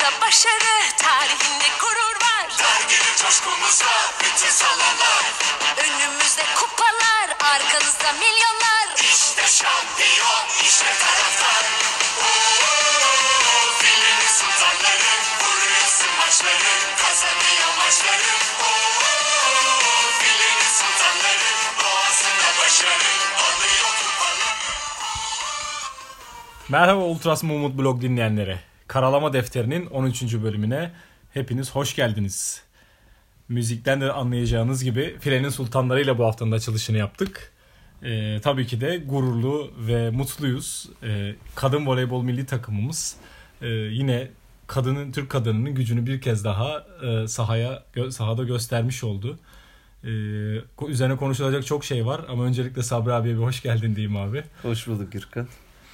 doğasında başarı, tarihinde gurur var. Dergili coşkumuzla bütün salonlar. Önümüzde kupalar, arkanızda milyonlar. İşte şampiyon, işte taraftar. Filenin sultanları, vuruyorsun maçları, kazanıyor maçları. Filenin sultanları, doğasında başarı, alıyor kupaları. Merhaba Ultras Mumut Blog dinleyenlere. Karalama Defteri'nin 13. bölümüne hepiniz hoş geldiniz. Müzikten de anlayacağınız gibi Filenin Sultanları'yla bu haftanın açılışını yaptık. Tabii ki de gururlu ve mutluyuz. Kadın voleybol milli takımımız yine Türk kadınının gücünü bir kez daha sahada göstermiş oldu. Üzerine konuşulacak çok şey var ama öncelikle Sabri abiye bir hoş geldin diyeyim abi. Hoş bulduk Gürkan.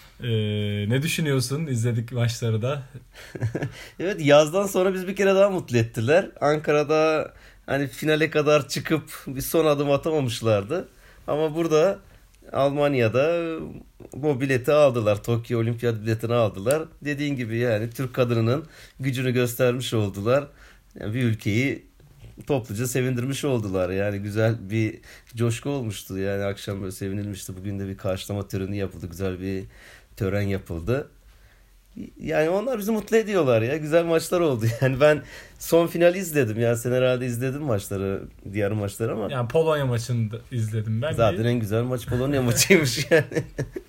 Ne düşünüyorsun? İzledik maçları da. Evet, yazdan sonra biz bir kere daha mutlu ettiler. Ankara'da hani finale kadar çıkıp bir son adım atamamışlardı. Ama burada Almanya'da bu bileti aldılar. Tokyo Olimpiyat biletini aldılar. Dediğin gibi yani Türk kadınının gücünü göstermiş oldular. Yani bir ülkeyi topluca sevindirmiş oldular. Yani güzel bir coşku olmuştu. Yani akşam böyle sevinilmişti. Bugün de bir karşılama töreni yapıldı. Güzel bir tören yapıldı. Yani onlar bizi mutlu ediyorlar ya. Güzel maçlar oldu. Yani ben son finali izledim. Ya sen herhalde izledin maçları, diğer maçları ama. Yani Polonya maçını da izledim ben. Zaten en güzel maç Polonya maçıymış yani.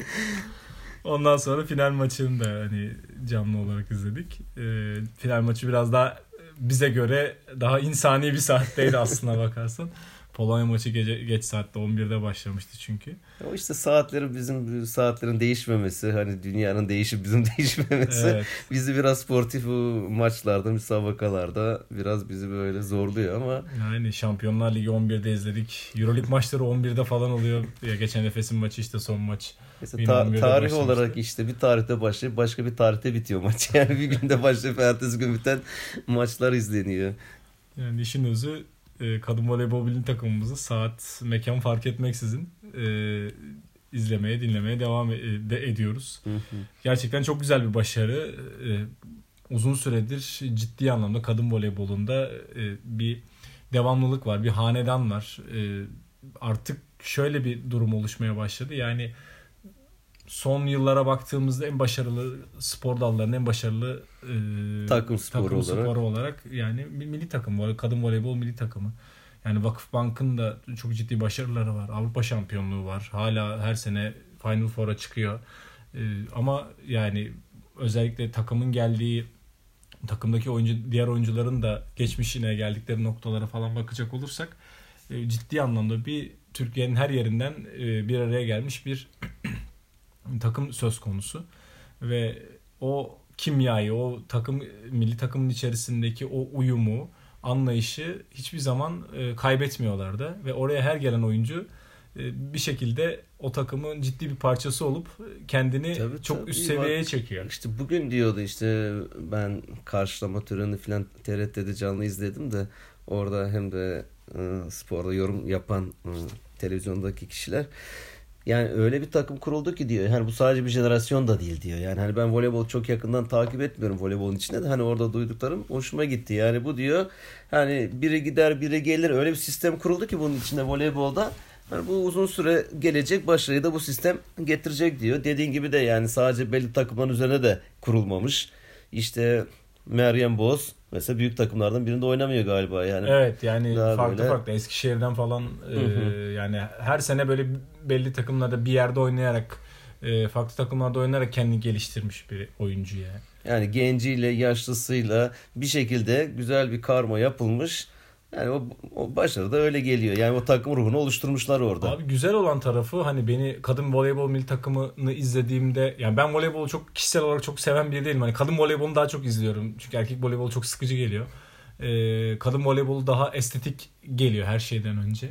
Ondan sonra final maçını da hani canlı olarak izledik. Final maçı biraz daha bize göre daha insani bir saatteydi aslına bakarsan. Polonya maçı geç saatte 11'de başlamıştı çünkü. O işte bizim saatlerin değişmemesi, hani dünyanın değişip bizim değişmemesi Evet. bizi biraz sportif maçlarda, müsabakalarda biraz bizi böyle zorluyor ama. Yani Şampiyonlar Ligi 11'de izledik. Euroleague maçları 11'de falan oluyor. Ya geçen Efes'in maçı işte son maç. Tarih olarak işte bir tarihte başlayıp başka bir tarihte bitiyor maç. Yani bir günde başlayıp ertesi gün biten maçlar izleniyor. Yani işin özü kadın voleybol milli takımımızı saat, mekan fark etmeksizin izlemeye, dinlemeye devam ediyoruz. Gerçekten çok güzel bir başarı. Uzun süredir ciddi anlamda kadın voleybolunda bir devamlılık var, bir hanedan var. Artık şöyle bir durum oluşmaya başladı. Yani son yıllara baktığımızda en başarılı spor dallarının en başarılı takım sporu olarak yani milli takım, kadın voleybol milli takımı. Yani Vakıfbank'ın da çok ciddi başarıları var. Avrupa şampiyonluğu var. Hala her sene Final Four'a çıkıyor. Ama yani özellikle takımın geldiği, takımdaki diğer oyuncuların da geçmişine, geldikleri noktalara falan bakacak olursak ciddi anlamda bir Türkiye'nin her yerinden bir araya gelmiş bir takım söz konusu ve o kimyayı, o milli takımın içerisindeki o uyumu, anlayışı hiçbir zaman kaybetmiyorlardı ve oraya her gelen oyuncu bir şekilde o takımın ciddi bir parçası olup kendini çok üst seviyeye çekiyor. İşte bugün diyordu işte ben karşılama töreni falan TRT'de canlı izledim de orada hem de sporda yorum yapan televizyondaki kişiler yani öyle bir takım kuruldu ki diyor. Yani bu sadece bir jenerasyon da değil diyor. Yani hani ben voleybol çok yakından takip etmiyorum voleybolun içinde de hani orada duyduklarım hoşuma gitti. Yani bu diyor hani biri gider biri gelir öyle bir sistem kuruldu ki bunun içinde voleybolda. Yani bu uzun süre gelecek başarıyı da bu sistem getirecek diyor. Dediğin gibi de yani sadece belli takımların üzerine de kurulmamış. İşte Meryem Boz mesela büyük takımlardan birinde oynamıyor galiba yani. Evet yani farklı böyle farklı Eskişehir'den falan yani her sene böyle belli takımlarda bir yerde oynayarak farklı takımlarda oynayarak kendini geliştirmiş bir oyuncu ya. Yani genciyle yaşlısıyla bir şekilde güzel bir karma yapılmış. Yani o başarı da öyle geliyor. Yani o takım ruhunu oluşturmuşlar orada. Abi güzel olan tarafı hani beni kadın voleybol milli takımını izlediğimde yani ben voleybolu çok kişisel olarak çok seven biri değilim. Hani kadın voleybolunu daha çok izliyorum. Çünkü erkek voleybolu çok sıkıcı geliyor. Kadın voleybolu daha estetik geliyor her şeyden önce.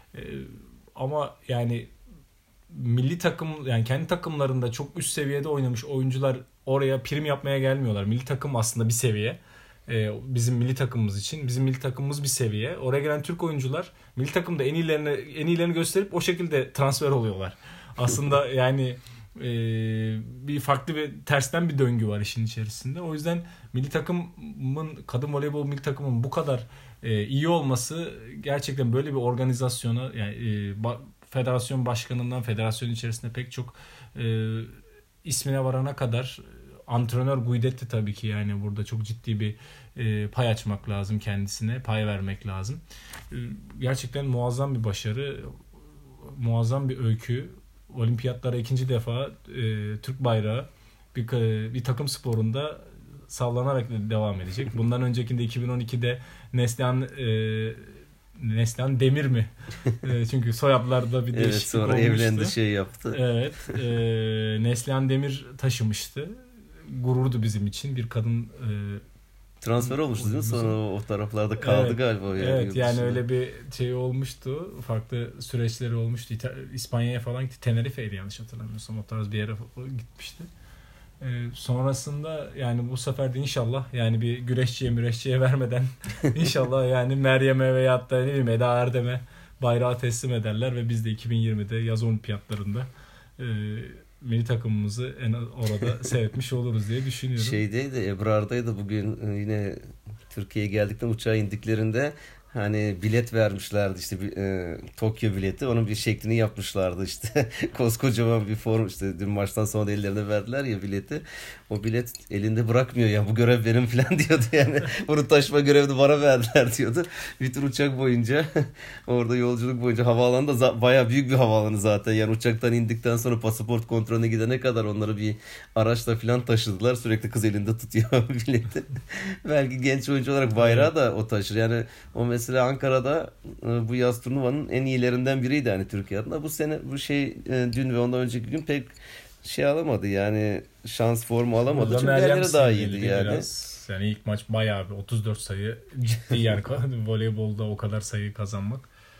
Ama yani milli takım yani kendi takımlarında çok üst seviyede oynamış oyuncular oraya prim yapmaya gelmiyorlar. Milli takım aslında bir seviye. Bizim milli takımımız için. Bizim milli takımımız bir seviye. Oraya gelen Türk oyuncular milli takımda en iyilerini gösterip o şekilde transfer oluyorlar. Aslında yani bir farklı bir tersten bir döngü var işin içerisinde. O yüzden milli takımın, kadın voleybol milli takımın bu kadar iyi olması gerçekten böyle bir organizasyona, yani federasyon başkanından federasyon içerisinde pek çok ismine varana kadar, antrenör Guidetti tabii ki, yani burada çok ciddi bir pay açmak lazım kendisine, pay vermek lazım. Gerçekten muazzam bir başarı, muazzam bir öykü. Olimpiyatlara ikinci defa Türk bayrağı bir takım sporunda sallanarak devam edecek. Bundan öncekinde 2012'de Neslihan Demir mi? Çünkü soyadlarda bir değişiklik sonra olmuştu. evlendi, şey yaptı. Evet. Neslihan Demir taşımıştı. Gururdu bizim için. Bir kadın transfer olmuştu değil mi? Sonra o taraflarda kaldı, evet, galiba. Yani evet, yani öyle bir şey olmuştu. Farklı süreçleri olmuştu. İspanya'ya falan gitti. Tenerife'ydi yanlış hatırlamıyorsam. O tarz bir yere gitmişti. Sonrasında yani bu sefer de inşallah, yani bir güreşçiye vermeden inşallah yani Meryem'e veyahut da ne bileyim Eda Erdem'e bayrağı teslim ederler ve biz de 2020'de yaz olimpiyatlarında milli takımımızı orada seyretmiş oluruz diye düşünüyorum. Şeydeydi, Ebrar'daydı bugün, yine Türkiye'ye geldikten uçağa indiklerinde hani bilet vermişlerdi işte, Tokyo bileti, onun bir şeklini yapmışlardı işte. Koskocaman bir form, işte dün maçtan sonra da ellerine verdiler ya bileti. O bilet elinde bırakmıyor ya, bu görev benim falan diyordu yani. Bunu taşıma görevini bana verdiler diyordu. Bütün uçak boyunca orada yolculuk boyunca, havaalanı da bayağı büyük bir havaalanı zaten. Yani uçaktan indikten sonra pasaport kontrolüne gidene kadar onları bir araçla falan taşıdılar. Sürekli kız elinde tutuyor bileti. Belki genç oyuncu olarak bayrağı da o taşır. Yani o mesela Ankara'da bu yaz turnuvanın en iyilerinden biriydi hani Türkiye adına. Bu sene bu dün ve ondan önceki gün pek şey alamadı yani, şans formu alamadı. Çünkü diğerleri daha iyiydi yani. Biraz, yani ilk maç bayağı bir 34 sayı ciddi yani voleybolda o kadar sayı kazanmak.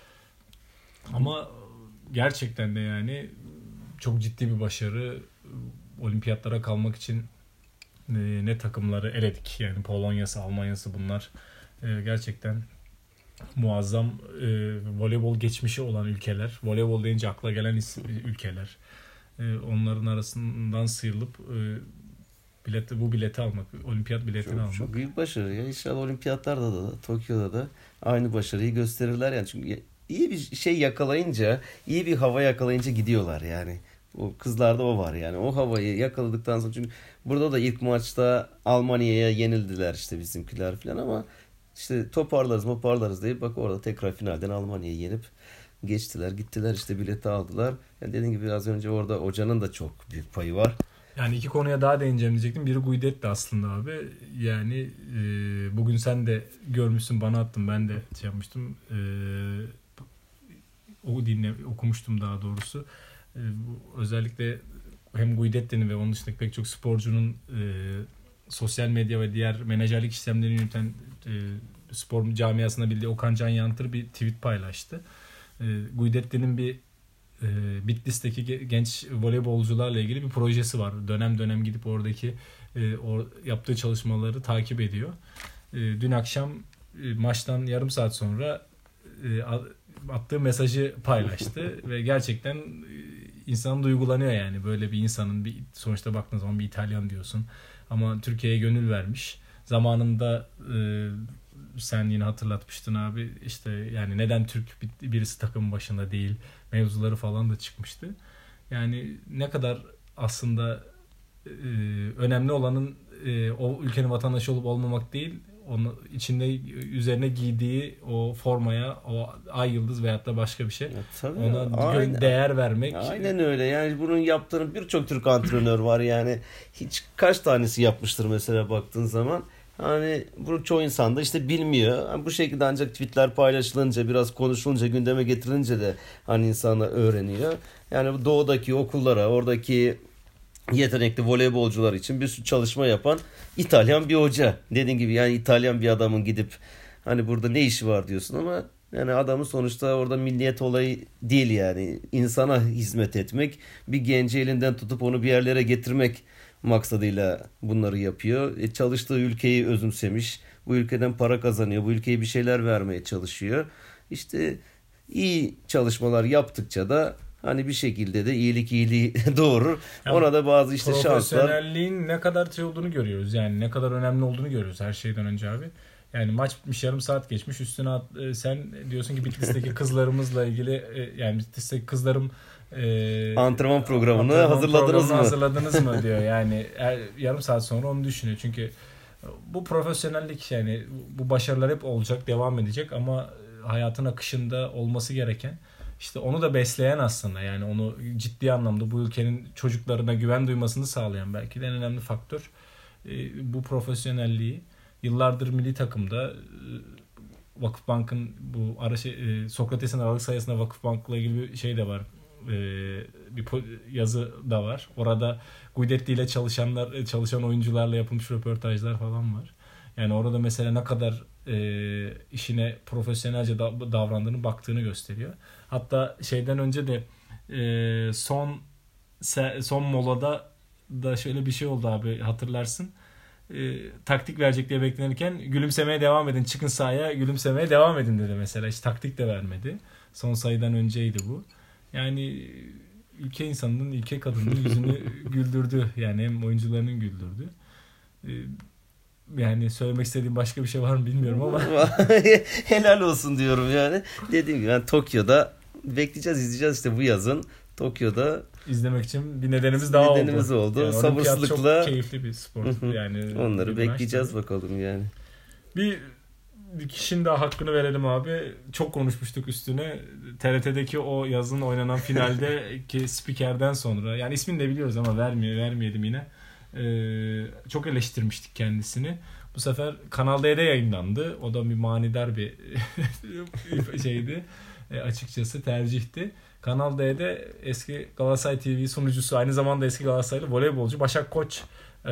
Ama gerçekten de yani çok ciddi bir başarı. Olimpiyatlara kalmak için ne takımları eledik yani, Polonya'sı, Almanya'sı, bunlar gerçekten muazzam voleybol geçmişi olan ülkeler. Voleybol deyince akla gelen ülkeler. Onların arasından sıyrılıp bu bileti almak, olimpiyat biletini almak. Çok büyük başarı ya. İnşallah olimpiyatlarda da, Tokyo'da da aynı başarıyı gösterirler yani. Çünkü iyi bir şey yakalayınca, iyi bir hava yakalayınca gidiyorlar yani. O kızlarda o var yani. O havayı yakaladıktan sonra, çünkü burada da ilk maçta Almanya'ya yenildiler işte bizimkiler falan, ama işte toparlarız deyip bak orada tekrar finalden Almanya'yı yenip geçtiler, gittiler, işte bileti aldılar. Yani dediğim gibi az önce orada hocanın da çok büyük payı var. Yani iki konuya daha değineceğim diyecektim. Biri Guidetti aslında abi. Yani bugün sen de görmüşsün, bana attın, ben de şey yapmıştım. Okumuştum daha doğrusu. Özellikle hem Guidetti'nin ve onun dışındaki pek çok sporcunun sosyal medya ve diğer menajerlik işlemlerini yürüten spor camiasında bildiği Okan Can Yantır bir tweet paylaştı. Guidetti'nin bir Bitlis'teki genç voleybolcularla ilgili bir projesi var. Dönem dönem gidip oradaki yaptığı çalışmaları takip ediyor. Dün akşam maçtan yarım saat sonra attığı mesajı paylaştı ve gerçekten insan duygulanıyor yani. Böyle bir insanın, sonuçta baktığın zaman bir İtalyan diyorsun ama Türkiye'ye gönül vermiş. Zamanında sen yine hatırlatmıştın abi, işte yani neden Türk birisi takımın başında değil mevzuları falan da çıkmıştı. Yani ne kadar aslında önemli olanın o ülkenin vatandaşı olup olmamak değil, onun içinde üzerine giydiği o formaya, o ay yıldız veyahut da başka bir şey. Ona değer vermek. Aynen öyle. Yani bunun yaptığını birçok Türk antrenör var yani. Hiç kaç tanesi yapmıştır mesela baktığın zaman. Hani bunu çoğu insan da işte bilmiyor. Yani bu şekilde ancak tweetler paylaşılınca, biraz konuşulunca, gündeme getirilince de hani insanlar öğreniyor. Yani bu doğudaki okullara, oradaki yetenekli voleybolcular için bir sürü çalışma yapan İtalyan bir hoca. Dediğim gibi yani İtalyan bir adamın gidip hani burada ne işi var diyorsun, ama yani adamın sonuçta orada milliyet olayı değil yani. İnsana hizmet etmek, bir genci elinden tutup onu bir yerlere getirmek maksadıyla bunları yapıyor. Çalıştığı ülkeyi özümsemiş. Bu ülkeden para kazanıyor. Bu ülkeye bir şeyler vermeye çalışıyor. İşte iyi çalışmalar yaptıkça da hani bir şekilde de iyilik iyiliği doğurur. Yani ona da bazı işte şanslar. Profesyonelliğin ne kadar şey olduğunu görüyoruz. Yani ne kadar önemli olduğunu görüyoruz her şeyden önce abi. Yani maç bitmiş, yarım saat geçmiş. Üstüne sen diyorsun ki Bitlis'teki kızlarımızla ilgili yani Bitlis'teki kızlarım Antrenman programını hazırladınız mı diyor. Yani yarım saat sonra onu düşünüyor. Çünkü bu profesyonellik, yani bu başarılar hep olacak, devam edecek ama hayatın akışında olması gereken, işte onu da besleyen aslında, yani onu ciddi anlamda bu ülkenin çocuklarına güven duymasını sağlayan belki de en önemli faktör bu profesyonelliği. Yıllardır milli takımda Vakıfbank'ın bu Sokrates'in aralık sayısında Vakıfbank'la ilgili bir şey de var. Bir yazı da var. Orada Guidetti ile çalışan oyuncularla yapılmış röportajlar falan var. Yani orada mesela ne kadar işine profesyonelce davrandığını, baktığını gösteriyor. Hatta şeyden önce de son molada da şöyle bir şey oldu abi, hatırlarsın. Taktik verecek diye beklenirken gülümsemeye devam edin, çıkın sahaya gülümsemeye devam edin dedi mesela. Hiç taktik de vermedi. Son sayıdan önceydi bu. Yani ülke insanının, ülke kadının yüzünü güldürdü. Yani hem oyuncularının güldürdü. Yani söylemek istediğim başka bir şey var mı bilmiyorum ama. Helal olsun diyorum yani. Dediğim gibi yani Tokyo'da izleyeceğiz işte bu yazın. Tokyo'da izlemek için bir nedenimiz daha oldu. Yani sabırsızlıkla çok keyifli bir spor. Yani onları bekleyeceğiz bakalım yani. Bir kişinin daha hakkını verelim abi. Çok konuşmuştuk üstüne. TRT'deki o yazın oynanan finaldeki spikerden sonra, yani ismini de biliyoruz ama vermeyelim yine. Çok eleştirmiştik kendisini. Bu sefer Kanal D'de yayınlandı. O da bir manidar bir şeydi. Açıkçası tercihti. Kanal D'de eski Galatasaray TV sunucusu, aynı zamanda eski Galatasaraylı voleybolcu Başak Koç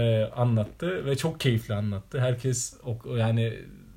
anlattı ve çok keyifli anlattı. Herkes yani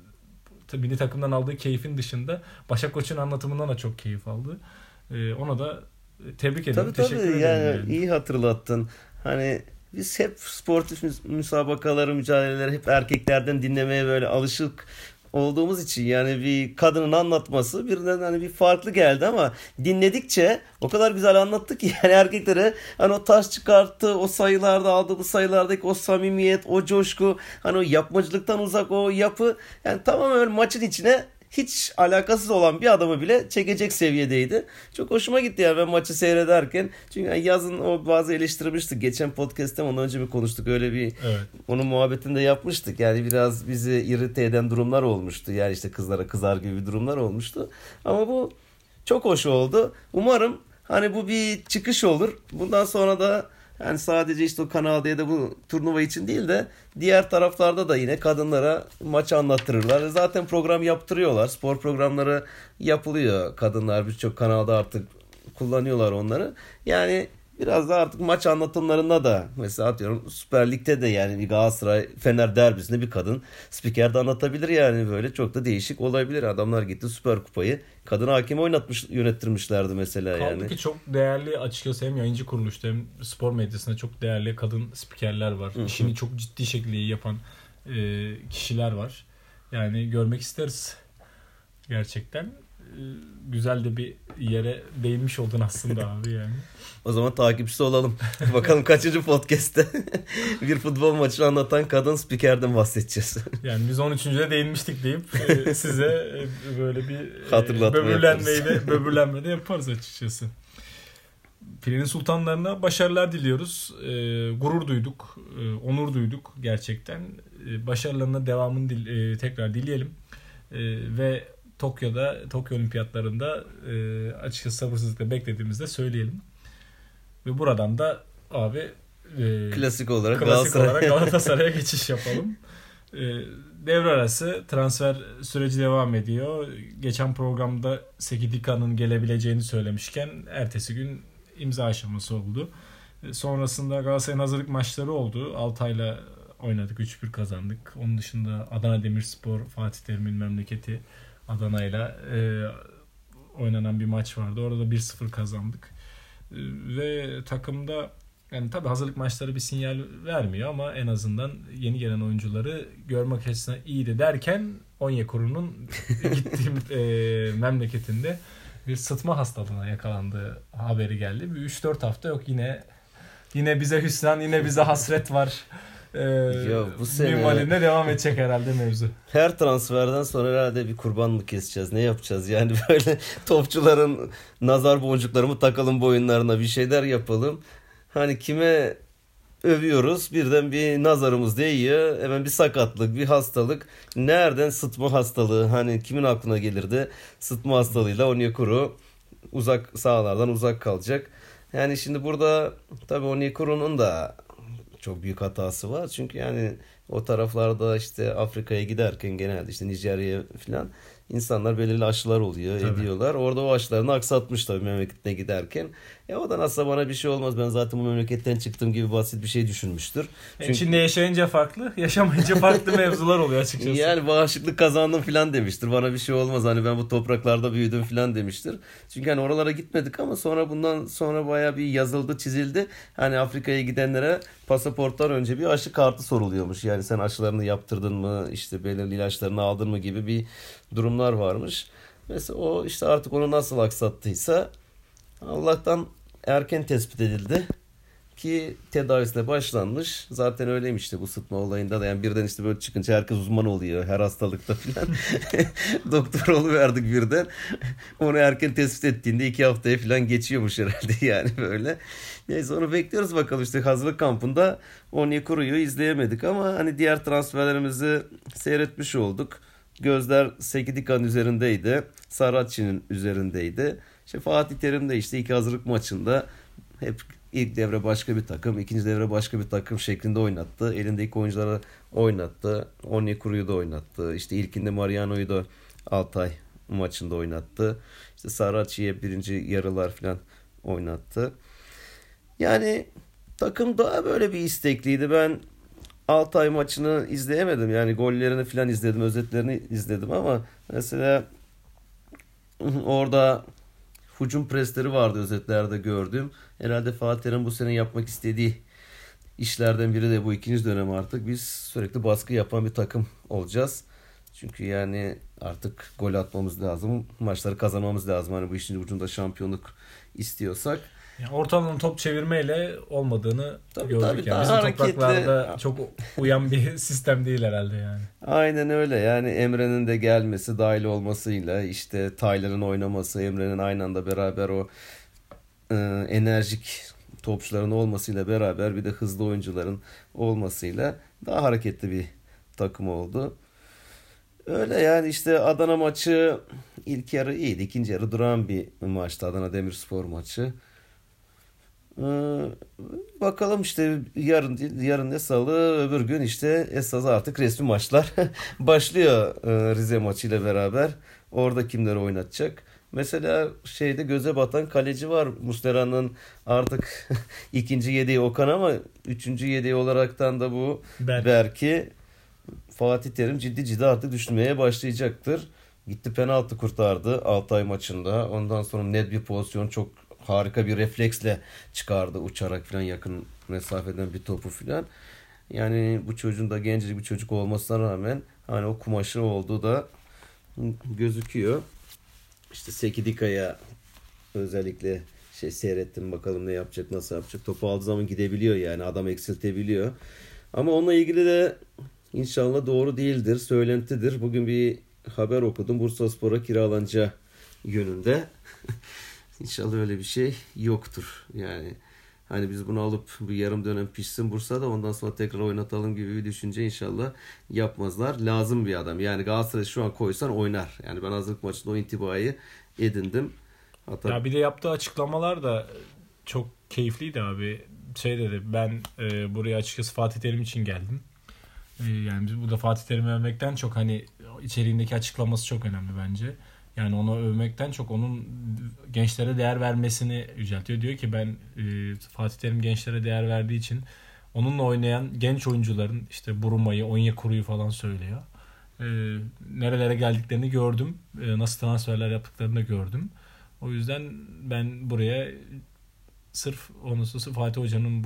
milli takımdan aldığı keyfin dışında Başak Koç'un anlatımından da çok keyif aldı. Ona da tebrik ederim. Teşekkür ederim. Yani iyi hatırlattın. Hani biz hep sportif müsabakaları, mücadeleleri hep erkeklerden dinlemeye böyle alışık olduğumuz için yani bir kadının anlatması birden hani bir farklı geldi ama dinledikçe o kadar güzel anlattı ki yani erkeklere hani o taş çıkarttı, o sayılarda aldığı bu sayılardaki o samimiyet, o coşku, hani o yapmacılıktan uzak o yapı, yani tamamen öyle maçın içine hiç alakasız olan bir adamı bile çekecek seviyedeydi. Çok hoşuma gitti yani ben maçı seyrederken. Çünkü yazın o bazı eleştirmiştik. Geçen podcast'te ondan önce bir konuştuk. Öyle bir onun muhabbetini de yapmıştık. Yani biraz bizi irite eden durumlar olmuştu. Yani işte kızlara kızar gibi durumlar olmuştu. Ama bu çok hoş oldu. Umarım hani bu bir çıkış olur. Bundan sonra da yani sadece işte o Kanal D'de bu turnuva için değil de diğer taraflarda da yine kadınlara maç anlattırırlar. Zaten program yaptırıyorlar. Spor programları yapılıyor. Kadınlar birçok kanalda artık kullanıyorlar onları. Yani biraz da artık maç anlatımlarında da mesela atıyorum Süper Lig'de de yani bir Galatasaray Fener derbisinde bir kadın spiker de anlatabilir yani, böyle çok da değişik olabilir. Adamlar gitti Süper Kupayı kadın hakemi yönettirmişlerdi mesela. Kaldı yani. Ki çok değerli, açıkçası hem yayıncı kuruluşta hem spor medyasında çok değerli kadın spikerler var. İşini çok ciddi şekilde iyi yapan kişiler var. Yani görmek isteriz gerçekten. Güzel de bir yere değinmiş oldun aslında abi yani. O zaman takipçisi olalım. Bakalım kaçıncı podcast'te bir futbol maçını anlatan kadın spikerden bahsedeceğiz. Yani biz 13.'de değinmiştik deyip size böyle bir böbürlenme de yaparız açıkçası. Filenin sultanlarına başarılar diliyoruz. Gurur duyduk, onur duyduk gerçekten. Başarılarına devamını tekrar dileyelim. Ve Tokyo Olimpiyatlarında açıkçası sabırsızlıkla beklediğimizde söyleyelim. Ve buradan da abi klasik olarak Galatasaray'a geçiş yapalım. Devre arası transfer süreci devam ediyor. Geçen programda Sekidika'nın gelebileceğini söylemişken ertesi gün imza aşaması oldu. Sonrasında Galatasaray'ın hazırlık maçları oldu. Altay'la oynadık, 3-1 kazandık. Onun dışında Adana Demirspor, Fatih Terim'in memleketi Adana'yla oynanan bir maç vardı. Orada 1-0 kazandık. Ve takımda yani tabii hazırlık maçları bir sinyal vermiyor ama en azından yeni gelen oyuncuları görmek açısından iyiydi derken Onyekuru'nun gittiğim memleketinde bir sıtma hastalığına yakalandığı haberi geldi. Bir 3-4 hafta yok, yine bize hüsran, yine bize hasret var. Ya bu sene minvalinde devam edecek herhalde mevzu. her transferden sonra herhalde bir kurban mı keseceğiz? Ne yapacağız? Yani böyle topçuların nazar boncukları mı takalım boyunlarına, bir şeyler yapalım. Hani kime övüyoruz, birden bir nazarımız değiyor. Hemen bir sakatlık, bir hastalık. Nereden? Sıtma hastalığı. Hani kimin aklına gelirdi? Sıtma hastalığıyla Onyekuru uzak sahalardan uzak kalacak. Yani şimdi burada tabii Onyekuru'nun da çok büyük hatası var. Çünkü yani o taraflarda işte Afrika'ya giderken genelde işte Nijerya'ya falan insanlar belirli aşılar oluyor, Tabii. ediyorlar. Orada o aşılarını aksatmış tabii memleketine giderken. O da nasıl bana bir şey olmaz, ben zaten bu memleketten çıktığım gibi basit bir şey düşünmüştür. Çünkü İçinde yaşayınca farklı, yaşamayınca farklı mevzular oluyor açıkçası. yani bağışıklık kazandım falan demiştir. Bana bir şey olmaz, hani ben bu topraklarda büyüdüm falan demiştir. Çünkü hani oralara gitmedik ama sonra bundan sonra bayağı bir yazıldı, çizildi. Hani Afrika'ya gidenlere pasaporttan önce bir aşı kartı soruluyormuş. Yani sen aşılarını yaptırdın mı, işte belirli ilaçlarını aldın mı gibi bir durumlar varmış. Mesela o işte artık onu nasıl aksattıysa Allah'tan erken tespit edildi ki tedavisine başlanmış. Zaten öyleymiş işte bu sıtma olayında da, yani birden işte böyle çıkınca herkes uzman oluyor her hastalıkta falan. Doktor oluverdik birden. Onu erken tespit ettiğinde 2 haftaya falan geçiyormuş herhalde yani böyle. Neyse onu bekliyoruz bakalım, işte hazırlık kampında Onyekuru'yu izleyemedik ama hani diğer transferlerimizi seyretmiş olduk. Gözler Sekidika'nın üzerindeydi. Saracchi'nin üzerindeydi. İşte Fatih Terim de işte 2 hazırlık maçında hep ilk devre başka bir takım, ikinci devre başka bir takım şeklinde oynattı. Elindeki oyuncuları oynattı. Onyekuru'yu da oynattı. İşte ilkinde Mariano'yu da Altay maçında oynattı. İşte Saracchi'ye birinci yarılar falan oynattı. Yani takım daha böyle bir istekliydi. Ben Altay maçını izleyemedim. Yani gollerini falan izledim, özetlerini izledim ama mesela orada hücum presleri vardı özetlerde gördüm. Herhalde Fatih Terim bu sene yapmak istediği işlerden biri de bu, ikinci dönem artık. Biz sürekli baskı yapan bir takım olacağız. Çünkü yani artık gol atmamız lazım. Maçları kazanmamız lazım. Hani bu işin ucunda şampiyonluk istiyorsak. Yani ortalama top çevirmeyle olmadığını gördük. Tabii, Yani daha bizim hareketli. topraklarda çok uyan bir sistem değil herhalde yani. Aynen öyle. Yani Emre'nin de gelmesi, dahil olmasıyla, işte Taylan'ın oynaması, Emre'nin aynı anda beraber o enerjik topçuların olmasıyla beraber bir de hızlı oyuncuların olmasıyla daha hareketli bir takım oldu. Öyle yani, işte Adana maçı ilk yarı iyiydi. İkinci yarı duran bir maçtı, Adana Demirspor maçı. Bakalım işte yarın ne salı, öbür gün işte esas artık resmi maçlar başlıyor Rize maçıyla beraber. Orada kimleri oynatacak? Mesela şeyde göze batan kaleci var. Muslera'nın artık ikinci yedeği Okan ama üçüncü yedeği olaraktan da bu Berk'i Fatih Terim ciddi artık düşünmeye başlayacaktır. Gitti penaltı kurtardı Altay maçında. Ondan sonra net bir pozisyon, çok harika bir refleksle çıkardı uçarak falan yakın mesafeden bir topu falan. Yani bu çocuğun da gencecik bir çocuk olmasına rağmen hani o kumaşı olduğu da gözüküyor. İşte Sekidika'ya özellikle seyrettim, bakalım ne yapacak, nasıl yapacak. Topu aldığı zaman gidebiliyor, yani adam eksiltebiliyor. Ama onunla ilgili de inşallah doğru değildir, söylentidir. Bugün bir haber okudum, Bursaspor'a kiralanacağı yönünde. İnşallah öyle bir şey yoktur. Yani hani biz bunu alıp bir yarım dönem pişsin Bursa'da, ondan sonra tekrar oynatalım gibi bir düşünce inşallah yapmazlar. Lazım bir adam. Yani Galatasaray şu an koysan oynar. Yani ben hazırlık maçında o intibayı edindim. Hatta... Ya bir de yaptığı açıklamalar da çok keyifliydi abi. Şey dedi, ben buraya açıkçası Fatih Terim için geldim. Yani biz burada Fatih Terim'i övmekten çok hani içeriğindeki açıklaması çok önemli bence. Yani onu övmekten çok onun gençlere değer vermesini yüceltiyor. Diyor ki ben Fatih Terim gençlere değer verdiği için onunla oynayan genç oyuncuların işte Buruma'yı, Onyekuru'yu falan söylüyor. Nerelere geldiklerini gördüm. Nasıl transferler yaptıklarını da gördüm. O yüzden ben buraya sırf Fatih Hoca'nın bu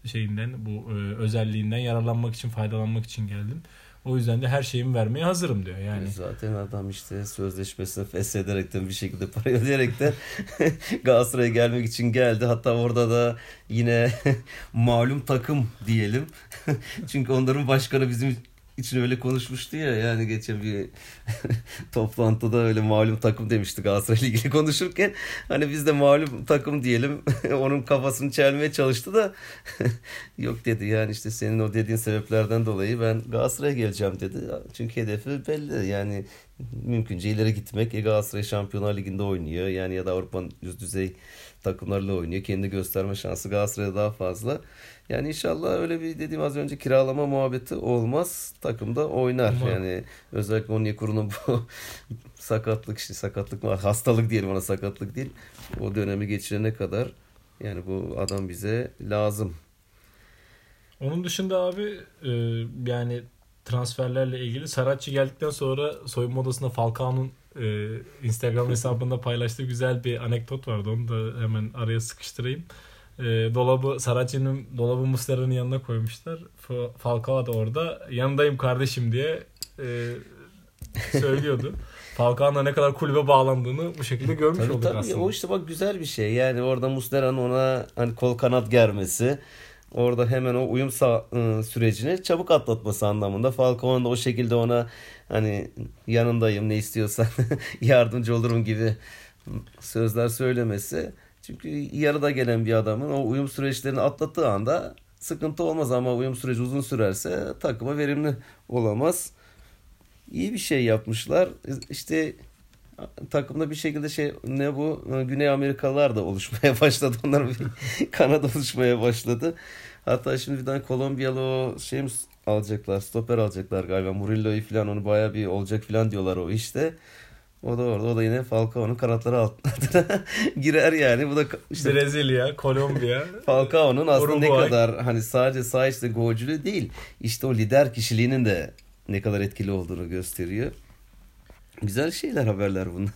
şeyinden, bu özelliğinden yararlanmak için, faydalanmak için geldim. O yüzden de her şeyimi vermeye hazırım diyor. Yani Zaten adam işte sözleşmesini feshederekten bir şekilde parayı ödeyerekten Galatasaray'a gelmek için geldi. Hatta orada da yine malum takım diyelim. Çünkü onların başkanı bizim için öyle konuşmuştu ya, yani geçen bir toplantıda öyle malum takım demişti Galatasaray'la ilgili konuşurken, hani biz de malum takım diyelim. Onun kafasını çelmeye çalıştı da yok dedi, yani işte senin o dediğin sebeplerden dolayı ben Galatasaray'a geleceğim dedi. Çünkü hedefi belli, yani mümkünce ileri gitmek. Galatasaray Şampiyonlar Ligi'nde oynuyor yani, ya da Avrupa'nın üst düzey takımlarla oynuyor. Kendi gösterme şansı Galatasaray'da daha fazla. Yani inşallah öyle bir, dediğim az önce, kiralama muhabbeti olmaz. Takımda oynar. Umarım. Yani özellikle Onyekuru'nun bu sakatlık mı, hastalık diyelim ona, sakatlık değil. O dönemi geçirene kadar yani bu adam bize lazım. onun dışında abi yani transferlerle ilgili Saracchi geldikten sonra soyunma odasında Falcao'nun Instagram hesabında paylaştığı güzel bir anekdot vardı. Onu da hemen araya sıkıştırayım. Saracchi'nin dolabı Muslera'nın yanına koymuşlar. Falcao da orada yanındayım kardeşim diye söylüyordu. Falcao'nun da ne kadar kulübe bağlandığını bu şekilde görmüş Tabii olduk tabii, aslında. o işte bak güzel bir şey. Yani orada Muslera'nın ona hani kol kanat germesi, orada hemen o uyum sürecini çabuk atlatması anlamında. Falcao'nun da o şekilde ona hani yanındayım, ne istiyorsan yardımcı olurum gibi sözler söylemesi. Çünkü yarıda gelen bir adamın o uyum süreçlerini atlattığı anda sıkıntı olmaz, ama uyum süreci uzun sürerse takıma verimli olamaz. İyi bir şey yapmışlar. İşte takımda bir şekilde Güney Amerikalılar da oluşmaya başladı. Onların bir kanadı oluşmaya başladı. Hatta şimdi bir tane Kolombiyalı alacaklar, stoper alacaklar galiba. Murillo'yu falan, onu bayağı bir olacak falan diyorlar o işte. O da orada. O da yine Falcao'nun kanatları altına girer yani. Bu da işte Brezilya, Kolombiya, Falcao'nun aslında ne Uruguay. kadar hani sadece saha içinde golcülüğü değil, işte o lider kişiliğinin de ne kadar etkili olduğunu gösteriyor. Güzel şeyler, haberler bunlar.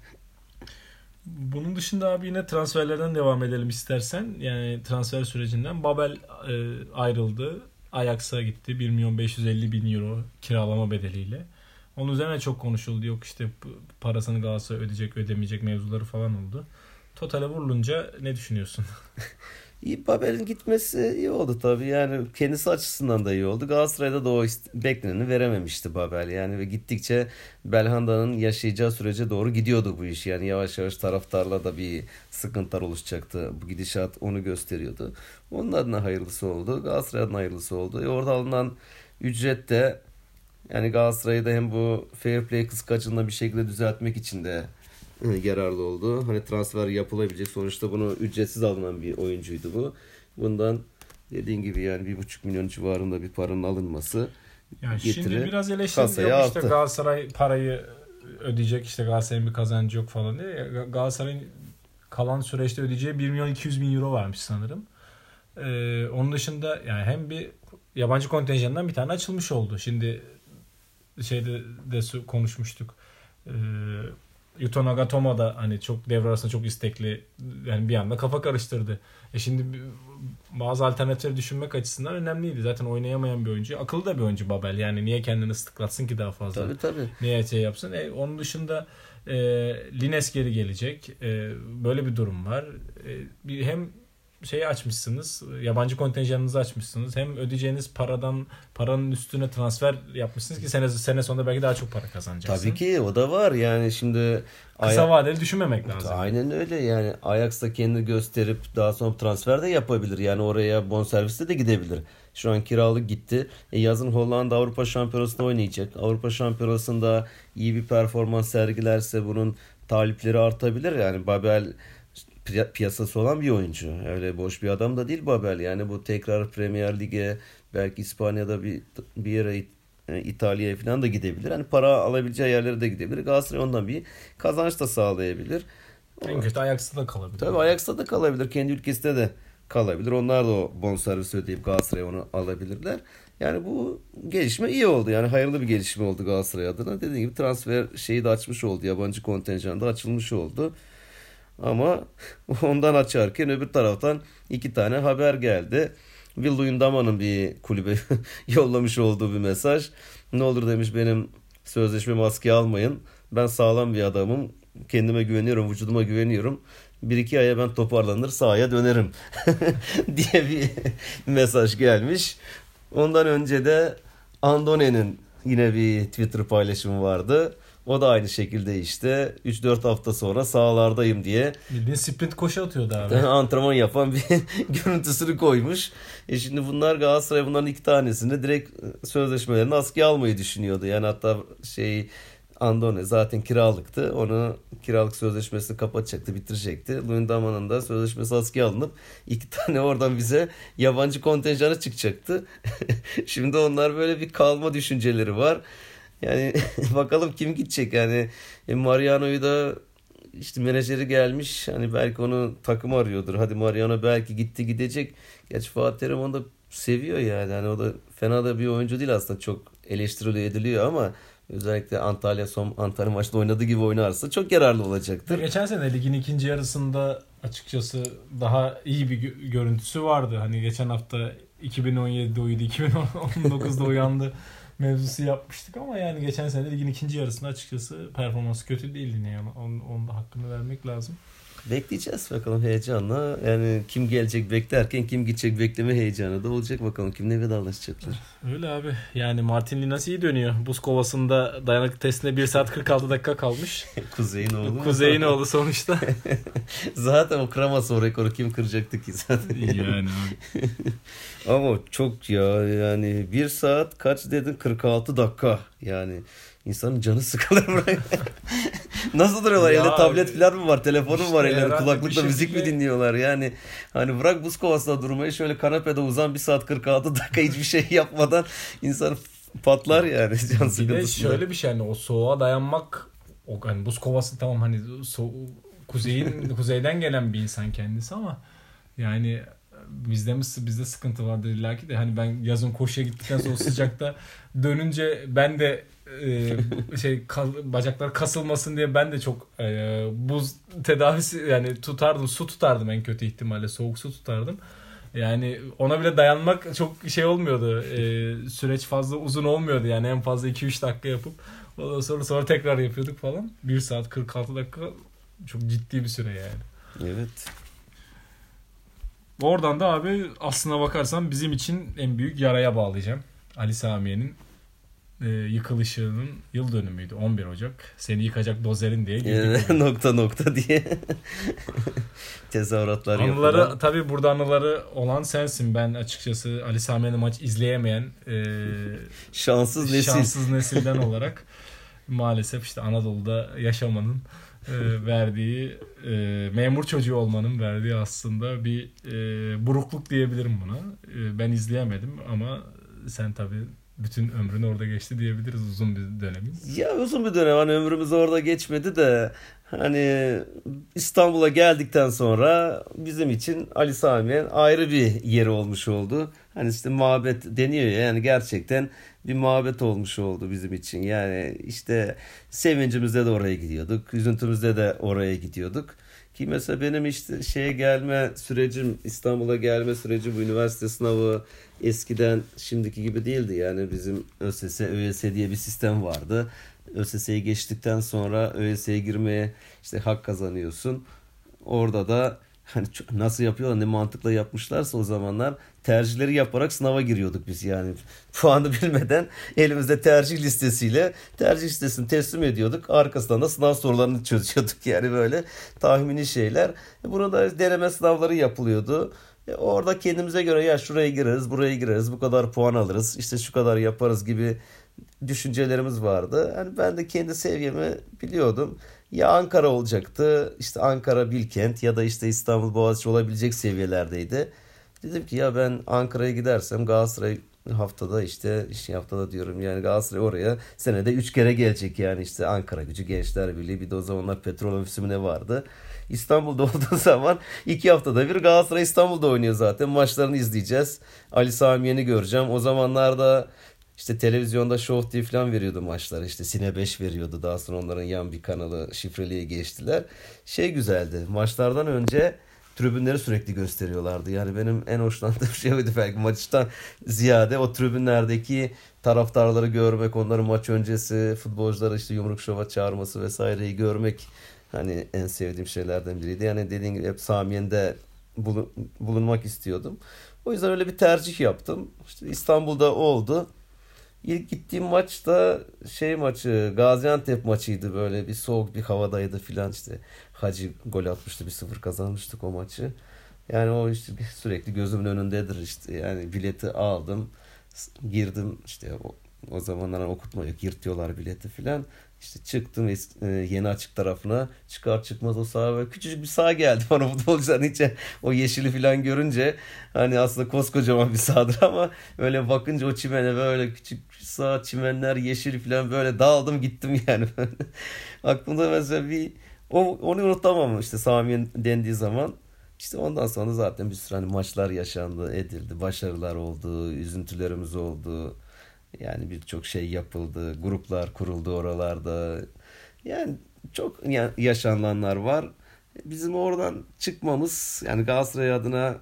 Bunun dışında abi yine transferlerden devam edelim istersen. Yani transfer sürecinden Babel ayrıldı. Ajax'a gitti. 1.550.000 euro kiralama bedeliyle. Onun üzerine çok konuşuldu. Yok işte parasını Galatasaray ödeyecek, ödemeyecek mevzuları falan oldu. Totale vurulunca ne düşünüyorsun? İyi, Babel'in gitmesi iyi oldu tabii. Yani kendisi açısından da iyi oldu. Galatasaray'da da o bekleneni verememişti Babel. Yani ve gittikçe Belhanda'nın yaşayacağı sürece doğru gidiyordu bu iş. Yani yavaş yavaş taraftarla da bir sıkıntılar oluşacaktı. Bu gidişat onu gösteriyordu. Onun adına hayırlısı oldu. Galatasaray adına hayırlısı oldu. Orada alınan ücret de yani Galatasaray'da hem bu fair play kıskacını bir şekilde düzeltmek için de yararlı oldu. Hani transfer yapılabilecek, sonuçta bunu ücretsiz alınan bir oyuncuydu bu. Bundan dediğin gibi yani 1,5 milyon civarında bir paranın alınması Yani şimdi biraz eleştiri kasaya yok işte arttı. Galatasaray parayı ödeyecek, işte Galatasaray'ın bir kazancı yok falan diye. Galatasaray'ın kalan süreçte ödeyeceği 1.200.000 euro varmış sanırım. Onun dışında yani hem bir yabancı kontenjandan bir tane açılmış oldu. Şimdi şeyde de konuşmuştuk. Yuto Nagatomo da hani çok devre arasında çok istekli, yani bir anda kafa karıştırdı. Şimdi bazı alternatifleri düşünmek açısından önemliydi. Zaten oynayamayan bir oyuncu. Akıllı da bir oyuncu Babel. Yani niye kendini ıslıklatsın ki daha fazla? Tabii. Niye şey yapsın? Onun dışında Lines geri gelecek. Böyle bir durum var. Hem şeyi açmışsınız, yabancı kontenjanınızı açmışsınız. Hem ödeyeceğiniz paranın üstüne transfer yapmışsınız ki sene sonunda belki daha çok para kazanacaksın. Tabii ki o da var yani şimdi Kısa vadeli düşünmemek lazım. Aynen öyle yani, Ajax'ta kendini gösterip daha sonra transfer de yapabilir. Yani oraya bonservisle de gidebilir. Şu an kiralık gitti. Yazın Hollanda Avrupa Şampiyonası'nda oynayacak. Avrupa Şampiyonası'nda iyi bir performans sergilerse bunun talipleri artabilir. Yani Babel piyasası olan bir oyuncu. Öyle boş bir adam da değil Babel. Yani bu tekrar Premier Lig'e, belki İspanya'da bir yere, İtalya'ya falan da gidebilir. Hani para alabileceği yerlere de gidebilir. Galatasaray ondan bir kazanç da sağlayabilir. En kötü Ajax'ta da kalabilir. Tabii Ajax'ta da kalabilir. Kendi ülkesinde de kalabilir. Onlar da o bonservisi ödeyip Galatasaray'a onu alabilirler. Yani bu gelişme iyi oldu. Yani hayırlı bir gelişme oldu Galatasaray adına. Dediğim gibi transfer şeyi de açmış oldu. Yabancı kontenjan da açılmış oldu. Ama ondan açarken öbür taraftan 2 tane haber geldi. Will Luyendama'nın bir kulübe yollamış olduğu bir mesaj. Ne olur demiş, benim sözleşmemi askıya almayın. Ben sağlam bir adamım. Kendime güveniyorum, vücuduma güveniyorum. 1-2 aya ben toparlanır sahaya dönerim diye bir mesaj gelmiş. Ondan önce de Andone'nin yine bir Twitter paylaşımı vardı. O da aynı şekilde işte 3-4 hafta sonra sahalardayım diye Bildiğin sprint koşu atıyordu abi. antrenman yapan bir görüntüsünü koymuş. Şimdi bunlar, Galatasaray bunların 2 tanesini direkt sözleşmelerini askıya almayı düşünüyordu. Yani hatta Andone zaten kiralıktı. Onu kiralık sözleşmesini kapatacaktı, bitirecekti. Luyendama'nın da sözleşmesi askıya alınıp 2 tane oradan bize yabancı kontenjanı çıkacaktı. Şimdi onlar böyle bir kalma düşünceleri var. Yani bakalım kim gidecek yani. Mariano'yu da işte menajeri gelmiş. Hani belki onu takım arıyordur. Hadi Mariano belki gitti gidecek. Gerçi Fatih Terim onu da seviyor yani. Hani o da fena da bir oyuncu değil aslında. Çok eleştiriliyor ediliyor ama özellikle Antalya maçta oynadığı gibi oynarsa çok yararlı olacaktır. Geçen sene ligin ikinci yarısında açıkçası daha iyi bir görüntüsü vardı. Hani geçen hafta 2017'de uyudu, 2019'da uyandı mevzusu yapmıştık ama yani geçen sene ligin ikinci yarısında açıkçası performansı kötü değildi yine, yani onun da hakkını vermek lazım. Bekleyeceğiz bakalım heyecanla. Yani kim gelecek beklerken kim gidecek bekleme heyecanı da olacak, bakalım kimle vedalaşacaklar. Öyle abi. Yani Martin Linas iyi dönüyor. Buz kovasında dayanıklı testinde 1 saat 46 dakika kalmış. Kuzey'in oğlu mu? Kuzey'in oğlu sonuçta. Zaten o kıramasa o rekoru kim kıracaktı ki zaten. Yani abi. Ama çok yani 1 saat kaç dedin, 46 dakika yani. İnsanın canı sıkılır bırak. Nasıl duruyorlar? Ya Elinde tablet falan mı var? Telefonu mu işte var? Ellerinde herhalde kulaklıkla bir müzik mi şekilde- dinliyorlar? Yani hani bırak buz kovasında durmayı, şöyle kanepede uzan 1 saat 46 dakika hiçbir şey yapmadan insan patlar yani can Bir de sıkıntısından. şöyle bir şey, hani o soğuğa dayanmak, o hani buz kovası tamam, hani kuzeyden gelen bir insan kendisi ama yani bizde sıkıntı vardır illaki de, hani ben yazın koşuya gittikten sonra sıcakta dönünce ben de bacaklar kasılmasın diye ben de çok buz tedavisi, yani su tutardım en kötü ihtimalle, soğuk su tutardım. Yani ona bile dayanmak çok şey olmuyordu. Süreç fazla uzun olmuyordu yani, en fazla 2-3 dakika yapıp ondan sonra tekrar yapıyorduk falan. 1 saat 46 dakika çok ciddi bir süre yani. Evet. Oradan da abi aslına bakarsan bizim için en büyük yaraya bağlayacağım. Ali Samiye'nin yıkılışının yıl dönümüydü. 11 Ocak. Seni yıkacak dozerin diye girdik. Nokta diye tezahüratlar Anıları yapılan. tabii, burada anıları olan sensin. Ben açıkçası Ali Samiye'nin maç izleyemeyen Şanssız nesil. şanssız nesilden olarak maalesef işte Anadolu'da yaşamanın verdiği, memur çocuğu olmanın verdiği aslında bir burukluk diyebilirim buna. Ben izleyemedim ama sen tabii bütün ömrün orada geçti diyebiliriz, uzun bir dönemin. Ya uzun bir dönem, hani ömrümüz orada geçmedi de hani İstanbul'a geldikten sonra bizim için Ali Sami'nin ayrı bir yeri olmuş oldu. Hani işte mabet deniyor ya, yani gerçekten bir mabet olmuş oldu bizim için. Yani işte sevincimizde de oraya gidiyorduk, üzüntümüzde de oraya gidiyorduk. Ki mesela benim işte gelme sürecim, İstanbul'a gelme süreci, bu üniversite sınavı eskiden şimdiki gibi değildi. Yani bizim ÖSS, ÖYS diye bir sistem vardı. ÖSS'yi geçtikten sonra ÖYS'ye girmeye işte hak kazanıyorsun. Orada da hani nasıl yapıyorlar, ne mantıkla yapmışlarsa o zamanlar tercihleri yaparak sınava giriyorduk biz yani. Puanı bilmeden elimizde tercih listesini teslim ediyorduk. Arkasından da sınav sorularını çözüyorduk yani, böyle tahmini şeyler. Burada deneme sınavları yapılıyordu. Orada kendimize göre ya şuraya gireriz, buraya gireriz, bu kadar puan alırız, işte şu kadar yaparız gibi düşüncelerimiz vardı. Yani ben de kendi seviyemi biliyordum. Ya Ankara olacaktı, işte Ankara Bilkent ya da işte İstanbul Boğaziçi olabilecek seviyelerdeydi. Dedim ki ya ben Ankara'ya gidersem Galatasaray haftada diyorum yani, Galatasaray oraya senede 3 kere gelecek yani, işte Ankara Gücü, Gençler Birliği, bir de o zamanlar Petrol Ofisi mi ne vardı. İstanbul'da olduğu zaman 2 haftada bir Galatasaray İstanbul'da oynuyor zaten, maçlarını izleyeceğiz. Ali Samiye'ni göreceğim. O zamanlarda işte televizyonda Show TV falan veriyordu maçları. İşte Sine 5 veriyordu. Daha sonra onların yan bir kanalı şifreliğe geçtiler. Güzeldi. Maçlardan önce tribünleri sürekli gösteriyorlardı. Yani benim en hoşlandığım şey oydu belki maçtan ziyade o tribünlerdeki taraftarları görmek, onların maç öncesi futbolcuları işte yumruk şova çağırması vesaireyi görmek hani en sevdiğim şeylerden biriydi. Yani dediğim gibi hep Samiyen'de bulunmak istiyordum. O yüzden öyle bir tercih yaptım. İşte İstanbul'da oldu. İlk gittiğim maç da şey maçı, Gaziantep maçıydı, böyle bir soğuk bir havadaydı filan işte. Hacı gol atmıştı, 1-0 kazanmıştık o maçı. Yani o işte sürekli gözümün önündedir işte. Yani bileti aldım, girdim işte o zamanlar okutma yok, yırtıyorlar bileti filan. İşte çıktım yeni açık tarafına, çıkar çıkmaz o saha böyle küçücük bir saha geldi bana futbolcuların içe, o yeşili filan görünce hani aslında koskocaman bir sahadır ama öyle bakınca o çimene böyle küçük bir saha, çimenler yeşil filan, böyle dağıldım gittim yani. Aklımda mesela onu unutamam işte Samiyen dendiği zaman. İşte ondan sonra zaten bir sürü hani maçlar yaşandı, edildi, başarılar oldu, üzüntülerimiz oldu. Yani birçok şey yapıldı, gruplar kuruldu oralarda. Yani çok yaşananlar var. Bizim oradan çıkmamız yani Galatasaray adına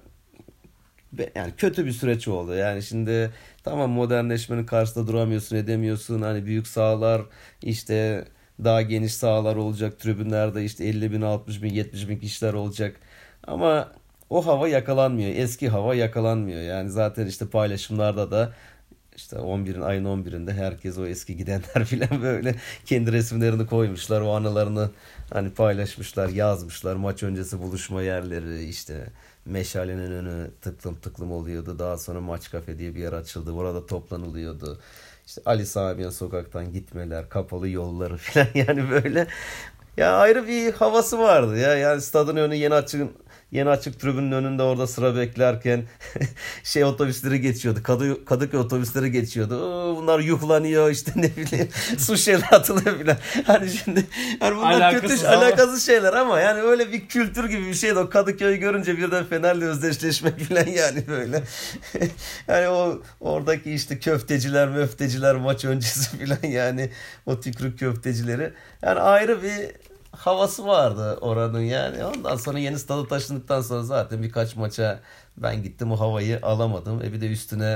yani kötü bir süreç oldu. Yani şimdi tamam, modernleşmenin karşısında duramıyorsun, edemiyorsun. Hani büyük sahalar, işte daha geniş sahalar olacak. Tribünlerde işte 50 bin, 60 bin, 70 bin kişiler olacak. Ama o hava yakalanmıyor. Eski hava yakalanmıyor. Yani zaten işte paylaşımlarda da işte ayın 11'inde herkes o eski gidenler filan böyle kendi resimlerini koymuşlar. O anılarını hani paylaşmışlar, yazmışlar. Maç öncesi buluşma yerleri, işte Meşale'nin önü tıklım tıklım oluyordu. Daha sonra Maç Kafe diye bir yer açıldı. Orada toplanılıyordu. İşte Ali Samiyen sokaktan gitmeler, kapalı yolları filan yani böyle. Ya ayrı bir havası vardı ya. Yani stadın önü yeni açık tribünün önünde orada sıra beklerken şey otobüsleri geçiyordu. Kadıköy otobüsleri geçiyordu. Bunlar yuhlanıyor işte, ne bileyim su şişeleri atılıyor filan. Hani şimdi hani bunlar kötü alakasız şeyler ama yani öyle bir kültür gibi bir şeydi. O Kadıköy'ü görünce birden Fener'le özdeşleşmek filan yani böyle. Yani oradaki işte köfteciler maç öncesi filan, yani o tükrük köftecileri. Yani ayrı bir havası vardı oranın yani. Ondan sonra yeni stada taşındıktan sonra zaten birkaç maça ben gittim, o havayı alamadım. Bir de üstüne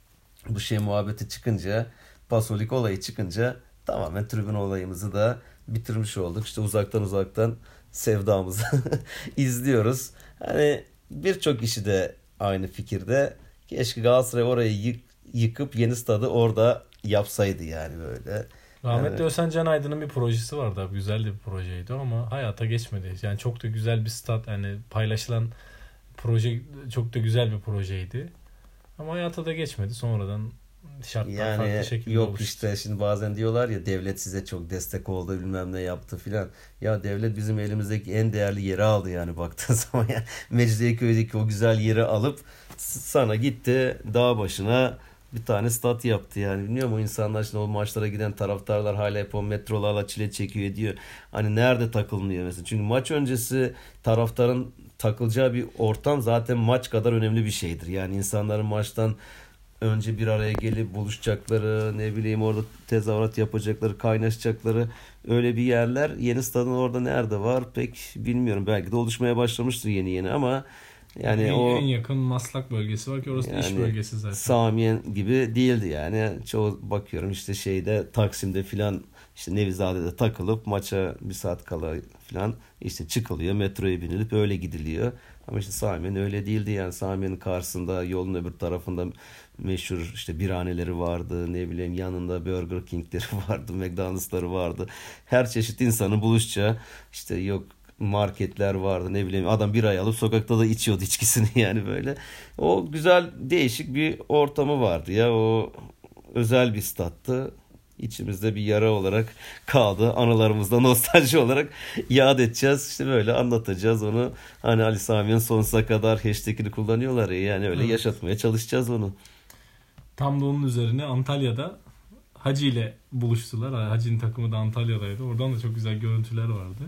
bu şey muhabbeti çıkınca, Pasolik olayı çıkınca tamamen tribün olayımızı da bitirmiş olduk. İşte uzaktan sevdamızı izliyoruz. Hani birçok kişi de aynı fikirde. Keşke Galatasaray orayı yıkıp yeni stadı orada yapsaydı yani böyle. Rahmetli Yani, Özcan Can Aydın'ın bir projesi vardı abi. Güzel bir projeydi ama hayata geçmedi. Yani çok da güzel bir stat, yani paylaşılan proje çok da güzel bir projeydi. Ama hayata da geçmedi. Sonradan şartlar farklı şekilde yok oluştu. işte şimdi bazen diyorlar ya, devlet size çok destek oldu, bilmem ne yaptı filan. Ya devlet bizim elimizdeki en değerli yeri aldı yani baktığın zaman. Yani Mecidiyeköy'deki o güzel yeri alıp sana gitti dağ başına bir tane stat yaptı yani. Bilmiyorum, o insanlar şimdi o maçlara giden taraftarlar hala hep o metrolarla çile çekiyor ediyor. Hani nerede takılmıyor mesela. Çünkü maç öncesi taraftarın takılacağı bir ortam zaten maç kadar önemli bir şeydir. Yani insanların maçtan önce bir araya gelip buluşacakları, ne bileyim orada tezahürat yapacakları, kaynaşacakları öyle bir yerler. Yeni stadın orada nerede var pek bilmiyorum. Belki de oluşmaya başlamıştır yeni ama yani en yakın Maslak bölgesi var ki orası yani, iş bölgesi zaten. Samiyen gibi değildi yani. Çoğu bakıyorum işte şeyde, Taksim'de filan, işte Nevizade'de takılıp maça bir saat kala filan işte çıkılıyor, metroya binilip öyle gidiliyor. Ama işte Samiyen öyle değildi yani. Samiyen'in karşısında yolun öbür tarafında meşhur işte birhaneleri vardı, ne bileyim yanında Burger King'leri vardı, McDonald's'ları vardı. Her çeşit insanın buluşacağı işte, yok marketler vardı, ne bileyim adam bir ay alıp sokakta da içiyordu içkisini yani böyle. O güzel değişik bir ortamı vardı ya, o özel bir stattı. İçimizde bir yara olarak kaldı. Anılarımızda nostalji olarak yad edeceğiz. İşte böyle anlatacağız onu. Hani Ali Samiyen sonsuza kadar hashtag'ini kullanıyorlar ya, yani öyle yaşatmaya çalışacağız onu. Tam da onun üzerine Antalya'da Hacı ile buluştular. Hacı'nın takımı da Antalya'daydı. Oradan da çok güzel görüntüler vardı.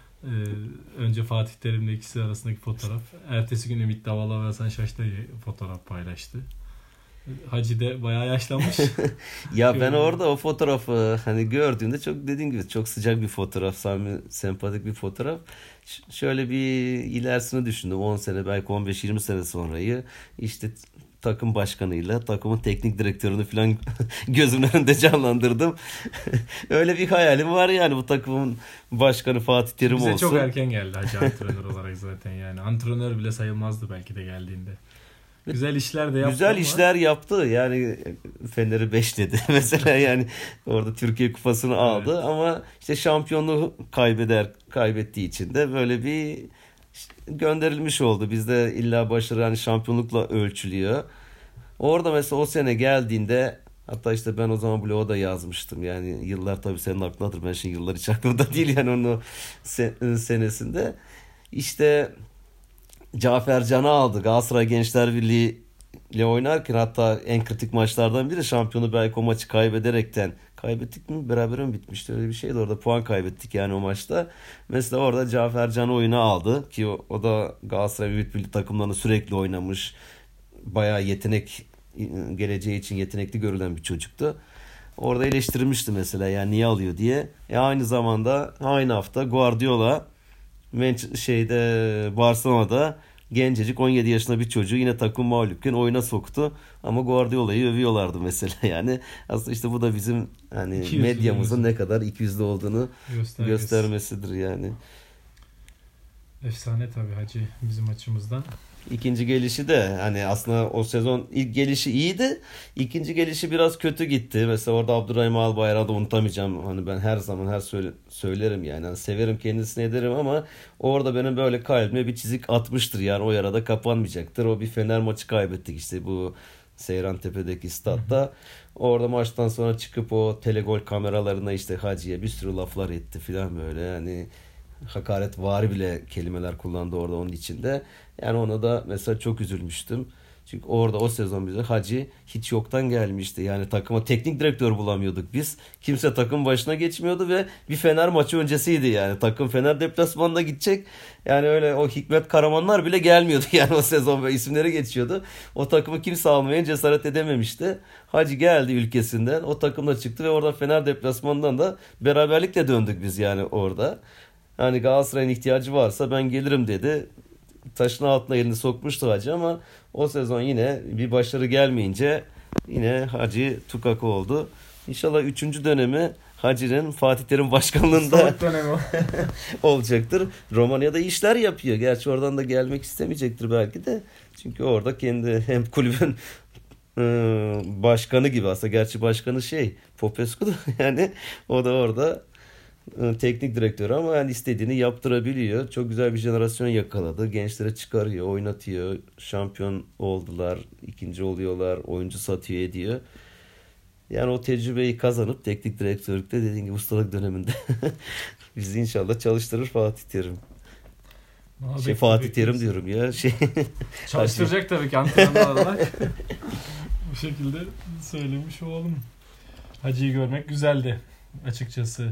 Önce Fatih Terim'le ikisi arasındaki fotoğraf. Ertesi gün Ümit Davala ve Hasan Şaş'ta fotoğraf paylaştı. Hacı de bayağı yaşlanmış. Ya ben orada o fotoğrafı hani gördüğümde çok dediğim gibi çok sıcak bir fotoğraf, sempatik bir fotoğraf. Şöyle bir ilerisini düşündüm. 10 sene belki 15-20 sene sonrayı işte takım başkanıyla takımın teknik direktörünü falan gözümün önünde canlandırdım. Öyle bir hayalim var yani bu takımın başkanı Fatih Terim Bize olsun. çok erken geldi Hacı antrenör olarak zaten yani. Antrenör bile sayılmazdı belki de geldiğinde. Güzel işler de yaptı Güzel ama işler yaptı. Yani Fener'i beşledi. Mesela yani orada Türkiye Kupası'nı aldı ama işte şampiyonluğu kaybettiği için de böyle bir gönderilmiş oldu. Bizde illa başarı hani şampiyonlukla ölçülüyor. Orada mesela o sene geldiğinde hatta işte ben o zaman bloğa da yazmıştım. Yani yıllar tabii senin aklındadır. Ben şimdi yıllar hiç aklımda değil yani onun senesinde. İşte Cafer Can'ı aldı. Galatasaray Gençler Birliği ile oynarken hatta en kritik maçlardan biri şampiyonu belki o maçı kaybederekten kaybettik mi beraber mi bitmişti öyle bir şeydi orada puan kaybettik yani o maçta. Mesela orada Cafer Can'ı oyuna aldı ki o da Galatasaray Büyük Birliği takımlarını sürekli oynamış. Bayağı geleceği için yetenekli görülen bir çocuktu. Orada eleştirilmişti mesela yani niye alıyor diye. Aynı zamanda aynı hafta Guardiola Barcelona'da gencecik 17 yaşında bir çocuğu yine takım mağlupken oyuna soktu. Ama Guardiola'yı övüyorlardı mesela yani. Aslında işte bu da bizim hani medyamızın ne kadar ikiyüzlü olduğunu göstermesidir yani. Efsane tabii Hacı bizim açımızdan. İkinci gelişi de hani aslında o sezon ilk gelişi iyiydi. İkinci gelişi biraz kötü gitti. Mesela orada Abdurrahim Albayrak'ı da unutamayacağım. Hani ben her zaman söylerim yani. Hani severim kendisini ederim ama orada benim böyle kalbime bir çizik atmıştır. Yani o yarada kapanmayacaktır. O bir Fener maçı kaybettik işte bu Seyrantepe'deki statta. Orada maçtan sonra çıkıp o telegol kameralarına işte Hacı'ya bir sürü laflar etti filan böyle yani. Hakaretvari bile kelimeler kullandı orada onun içinde. Yani ona da mesela çok üzülmüştüm. Çünkü orada o sezon bize Hacı hiç yoktan gelmişti. Yani takıma teknik direktör bulamıyorduk biz. Kimse takım başına geçmiyordu ve bir Fener maçı öncesiydi yani. Takım Fener deplasmanına gidecek. Yani öyle o Hikmet Karamanlar bile gelmiyordu yani o sezon ve isimleri geçiyordu. O takımı kimse almaya cesaret edememişti. Hacı geldi ülkesinden. O takımla çıktı ve orada Fener deplasmanından da beraberlikle döndük biz yani orada. Yani Galatasaray'ın ihtiyacı varsa ben gelirim dedi. Taşın altına elini sokmuştu Hacı ama o sezon yine bir başarı gelmeyince yine Hacı tukak oldu. İnşallah 3. dönemi Hacı'nın Fatih Terim başkanlığında olacaktır. Romanya'da işler yapıyor. Gerçi oradan da gelmek istemeyecektir belki de. Çünkü orada kendi hem kulübün başkanı gibi aslında. Gerçi başkanı Popescu da yani o da orada teknik direktör ama yani istediğini yaptırabiliyor. Çok güzel bir jenerasyon yakaladı. Gençlere çıkarıyor, oynatıyor. Şampiyon oldular, ikinci oluyorlar, oyuncu satıyor ediyor. Yani o tecrübeyi kazanıp teknik direktörlükte dediğim gibi ustalık döneminde bizi inşallah çalıştırır Fatih Terim. Fatih Terim diyorum ya. Çalıştıracak tabii ki antrenör olarak. Bu şekilde söylemiş olalım. Hacı'yı görmek güzeldi açıkçası.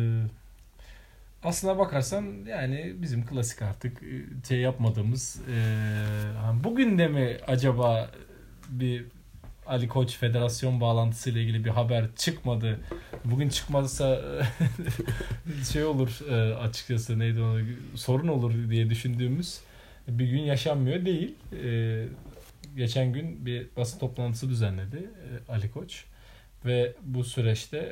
Aslına bakarsan yani bizim klasik artık yapmadığımız bugün de mi acaba bir Ali Koç federasyon bağlantısıyla ilgili bir haber çıkmadı. Bugün çıkmazsa olur açıkçası neydi ona sorun olur diye düşündüğümüz bir gün yaşanmıyor değil. Geçen gün bir basın toplantısı düzenledi Ali Koç. Ve bu süreçte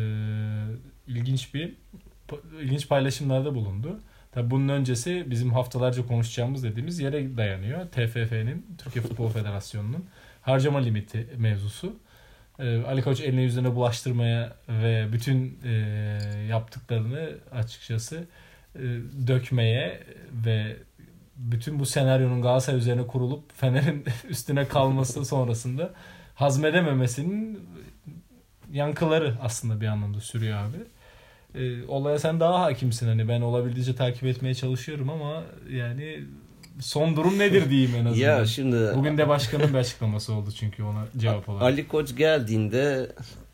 ilginç paylaşımlarda bulundu. Tabii bunun öncesi bizim haftalarca konuşacağımız dediğimiz yere dayanıyor. TFF'nin, Türkiye Futbol Federasyonu'nun harcama limiti mevzusu. Ali Koç eline yüzüne bulaştırmaya ve bütün yaptıklarını açıkçası dökmeye ve bütün bu senaryonun Galatasaray üzerine kurulup Fener'in üstüne kalması sonrasında hazmedememesinin yankıları aslında bir anlamda sürüyor abi. Olaya sen daha hakimsin hani ben olabildiğince takip etmeye çalışıyorum ama yani son durum nedir diyeyim en azından. Ya şimdi bugün de başkanın bir açıklaması oldu çünkü ona cevap olarak. Ali Koç geldiğinde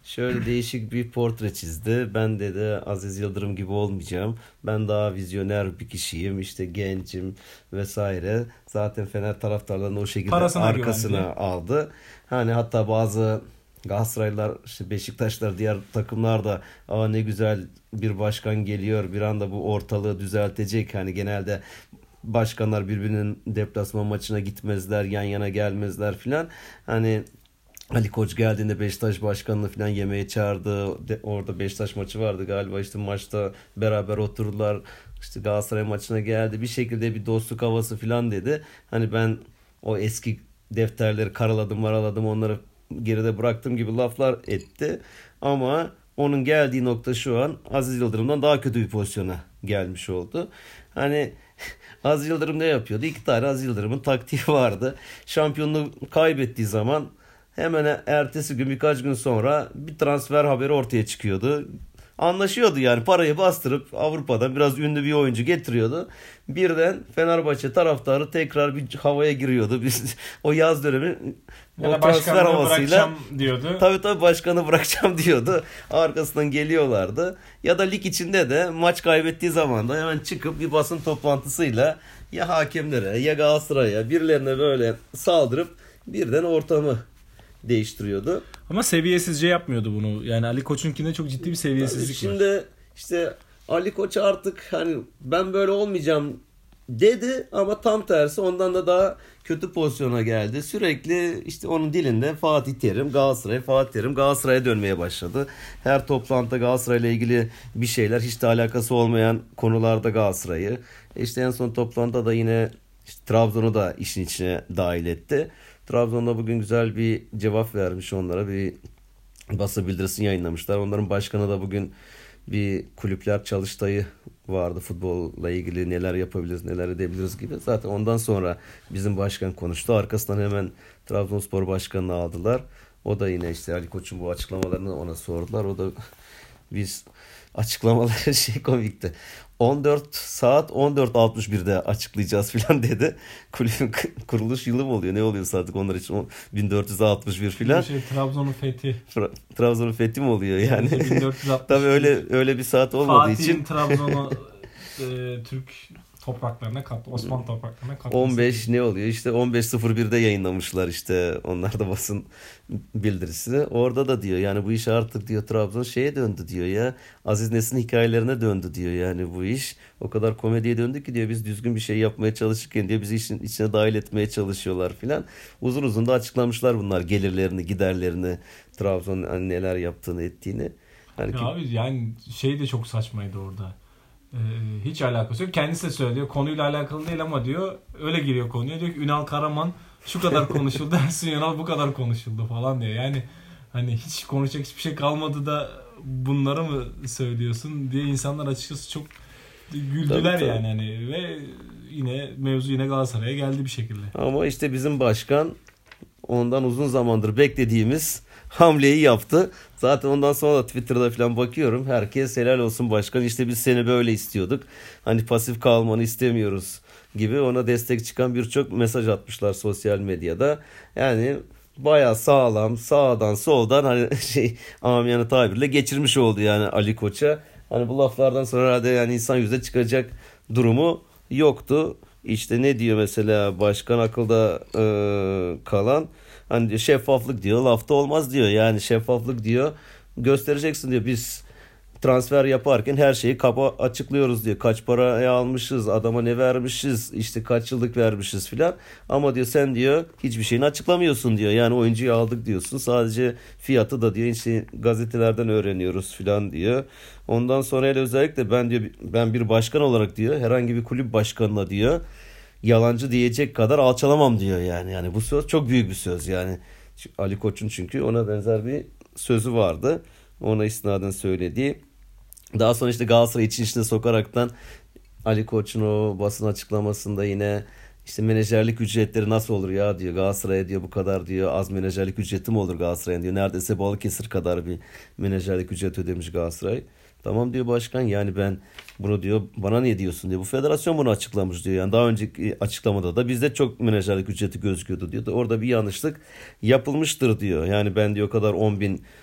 şöyle değişik bir portre çizdi. Ben dedi Aziz Yıldırım gibi olmayacağım. Ben daha vizyoner bir kişiyim. İşte gencim vesaire. Zaten Fener taraftarlarını o şekilde Parasına arkasına güvendi. aldı. Hani hatta bazı Galatasaraylılar, işte Beşiktaşlar, diğer takımlar da ne güzel bir başkan geliyor. Bir anda bu ortalığı düzeltecek. Hani genelde başkanlar birbirinin deplasman maçına gitmezler, yan yana gelmezler filan. Hani Ali Koç geldiğinde Beşiktaş başkanını falan yemeğe çağırdı. Orada Beşiktaş maçı vardı galiba, işte maçta beraber oturdular. İşte Galatasaray maçına geldi. Bir şekilde bir dostluk havası falan dedi. Hani ben o eski defterleri karaladım maraladım, onları geride bıraktım gibi laflar etti. Ama onun geldiği nokta şu an Aziz Yıldırım'dan daha kötü bir pozisyona gelmiş oldu. Hani Aziz Yıldırım ne yapıyordu? İki tane Aziz Yıldırım'ın taktiği vardı. Şampiyonluğu kaybettiği zaman hemen ertesi gün, birkaç gün sonra bir transfer haberi ortaya çıkıyordu. Anlaşıyordu yani, parayı bastırıp Avrupa'dan biraz ünlü bir oyuncu getiriyordu. Birden Fenerbahçe taraftarı tekrar bir havaya giriyordu. Biz o yaz dönemi Ya o da transfer başkanlığı havasıyla bırakacağım diyordu. tabii başkanı bırakacağım diyordu. Arkasından geliyorlardı. Ya da lig içinde de maç kaybettiği zaman da hemen çıkıp bir basın toplantısıyla ya hakemlere ya Galatasaray'a, birilerine böyle saldırıp birden ortamı değiştiriyordu. Ama seviyesizce yapmıyordu bunu. Yani Ali Koç'unkinde çok ciddi bir seviyesizlik var. Şimdi işte Ali Koç artık hani ben böyle olmayacağım dedi ama tam tersi ondan da daha kötü pozisyona geldi. Sürekli işte onun dilinde Fatih Terim, Galatasaray, Fatih Terim, Galatasaray'a dönmeye başladı. Her toplantıda Galatasaray'la ilgili bir şeyler, hiç de alakası olmayan konularda Galatasaray'ı. İşte en son toplantıda da yine işte Trabzon'u da işin içine dahil etti. Trabzon'da bugün güzel bir cevap vermiş onlara. Bir basın bildirisini yayınlamışlar. Onların başkanı da bugün bir kulüpler çalıştayı vardı. Futbolla ilgili neler yapabiliriz, neler edebiliriz gibi. Zaten ondan sonra bizim başkan konuştu. Arkasından hemen Trabzonspor başkanını aldılar. O da yine işte Ali Koç'un bu açıklamalarını ona sordular. O da biz açıklamaları komikti. 14 saat 14.61'de açıklayacağız filan dedi. Kulübün kuruluş yılı mı oluyor? Ne oluyor artık onlar için? 1461 filan. Trabzon'un fethi. Trabzon'un fethi mi oluyor yani? 1461. Tabii öyle bir saat olmadığı Fatih'in için Trabzon'u Türk topraklarına kattı. Osmanlı topraklarına kattı. 15 ne oluyor? İşte 15.01'de yayınlamışlar işte onlar da basın bildirisini. Orada da diyor yani bu iş artık diyor Trabzon şeye döndü diyor ya. Aziz Nesin hikayelerine döndü diyor yani bu iş. O kadar komediye döndü ki diyor biz düzgün bir şey yapmaya çalışırken diyor bizi işin içine dahil etmeye çalışıyorlar filan. Uzun uzun da açıklamışlar bunlar gelirlerini, giderlerini, Trabzon'un hani neler yaptığını, ettiğini. Hani Ya abi yani şey de çok saçmaydı orada. Hiç alakası yok. Kendisi de söylüyor. Konuyla alakalı değil ama diyor. Öyle giriyor konuya. Diyor ki Ünal Karaman şu kadar konuşuldu. Ersun Yanal bu kadar konuşuldu falan diyor. Yani hani hiç konuşacak hiçbir şey kalmadı da bunları mı söylüyorsun diye insanlar açıkçası çok güldüler tabii. yani hani ve mevzu yine Galatasaray'a geldi bir şekilde. Ama işte bizim başkan ondan uzun zamandır beklediğimiz hamleyi yaptı. Zaten ondan sonra da Twitter'da falan bakıyorum. Herkes helal olsun başkan, işte biz seni böyle istiyorduk. Hani pasif kalmanı istemiyoruz gibi ona destek çıkan birçok mesaj atmışlar sosyal medyada. Yani bayağı sağlam sağdan soldan hani amiyane tabirle geçirmiş oldu yani Ali Koç'a. Hani bu laflardan sonra herhalde yani insan yüzüne çıkacak durumu yoktu. İşte ne diyor mesela başkan akılda kalan, hani şeffaflık diyor, lafta olmaz diyor. Yani şeffaflık diyor, göstereceksin diyor. Biz transfer yaparken her şeyi kaba açıklıyoruz diyor. Kaç paraya almışız, adama ne vermişiz, işte kaç yıllık vermişiz filan. Ama diyor sen diyor hiçbir şeyini açıklamıyorsun diyor. Yani oyuncuyu aldık diyorsun. Sadece fiyatı da diyor işte gazetelerden öğreniyoruz filan diyor. Ondan sonra hele özellikle ben bir başkan olarak diyor herhangi bir kulüp başkanına diyor yalancı diyecek kadar alçalamam diyor yani. Yani bu söz çok büyük bir söz yani. Ali Koç'un çünkü ona benzer bir sözü vardı. Ona istinaden söylediği. Daha sonra işte Galatasaray için içine sokaraktan Ali Koç'un o basın açıklamasında yine işte menajerlik ücretleri nasıl olur ya diyor. Galatasaray'a diyor bu kadar diyor az menajerlik ücreti mi olur Galatasaray'ın diyor. Neredeyse Balıkesir kadar bir menajerlik ücret ödemiş Galatasaray. Tamam diyor başkan yani ben bunu diyor bana niye diyorsun diyor. Bu federasyon bunu açıklamış diyor. Yani daha önceki açıklamada da bizde çok menajerlik ücreti gözüküyordu diyor. Orada bir yanlışlık yapılmıştır diyor. Yani ben diyor o kadar 10.000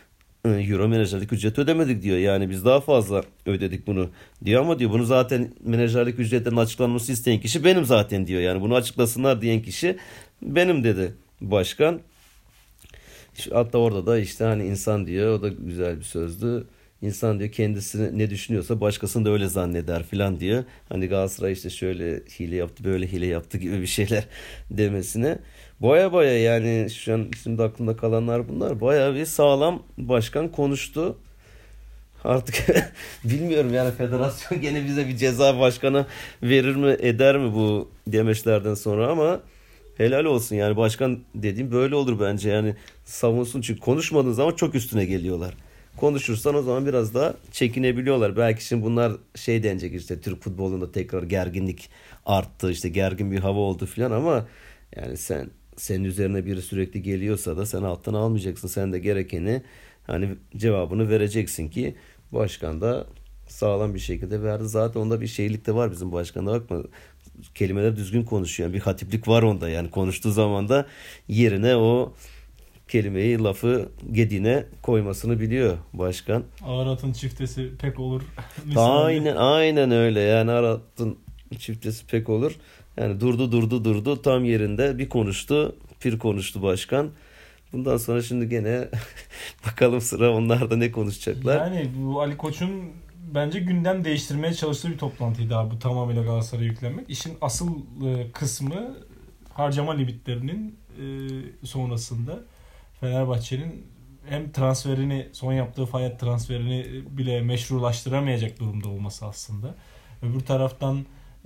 euro menajerlik ücreti ödemedik diyor. Yani biz daha fazla ödedik bunu diyor ama diyor bunu zaten menajerlik ücretlerinin açıklanması isteyen kişi benim zaten diyor. Yani bunu açıklasınlar diyen kişi benim dedi başkan. Hatta orada da işte hani insan diyor, o da güzel bir sözdü. İnsan diyor kendisini ne düşünüyorsa başkasını da öyle zanneder filan diyor. Hani Galatasaray işte şöyle hile yaptı, böyle hile yaptı gibi bir şeyler demesine. Baya yani şu an şimdi aklımda kalanlar bunlar. Baya bir sağlam başkan konuştu. Artık bilmiyorum yani federasyon gene bize bir ceza başkanı verir mi eder mi bu demeçlerden sonra ama helal olsun yani başkan dediğim böyle olur bence yani savunsun çünkü konuşmadığın zaman çok üstüne geliyorlar. Konuşursan o zaman biraz daha çekinebiliyorlar. Belki şimdi bunlar şey denecek işte Türk futbolunda tekrar gerginlik arttı işte gergin bir hava oldu filan ama yani senin üzerine biri sürekli geliyorsa da sen alttan almayacaksın. Sen de gerekeni hani cevabını vereceksin ki başkan da sağlam bir şekilde verdi. Zaten onda bir şeylik de var bizim başkana bakma. Kelimeler düzgün konuşuyor. Yani bir hatiplik var onda yani konuştuğu zaman da yerine o kelimeyi lafı gediğine koymasını biliyor başkan. Ağır atın çiftesi pek olur. Aynen öyle yani ağır atın çiftesi pek olur. Yani durdu tam yerinde bir konuştu pir konuştu başkan. Bundan sonra şimdi gene bakalım sıra onlarda ne konuşacaklar. Yani bu Ali Koç'un bence gündem değiştirmeye çalıştığı bir toplantıydı abi bu tamamıyla Galatasaray'a yüklenmek. İşin asıl kısmı harcama limitlerinin sonrasında Fenerbahçe'nin hem transferini son yaptığı fayat transferini bile meşrulaştıramayacak durumda olması aslında. Öbür taraftan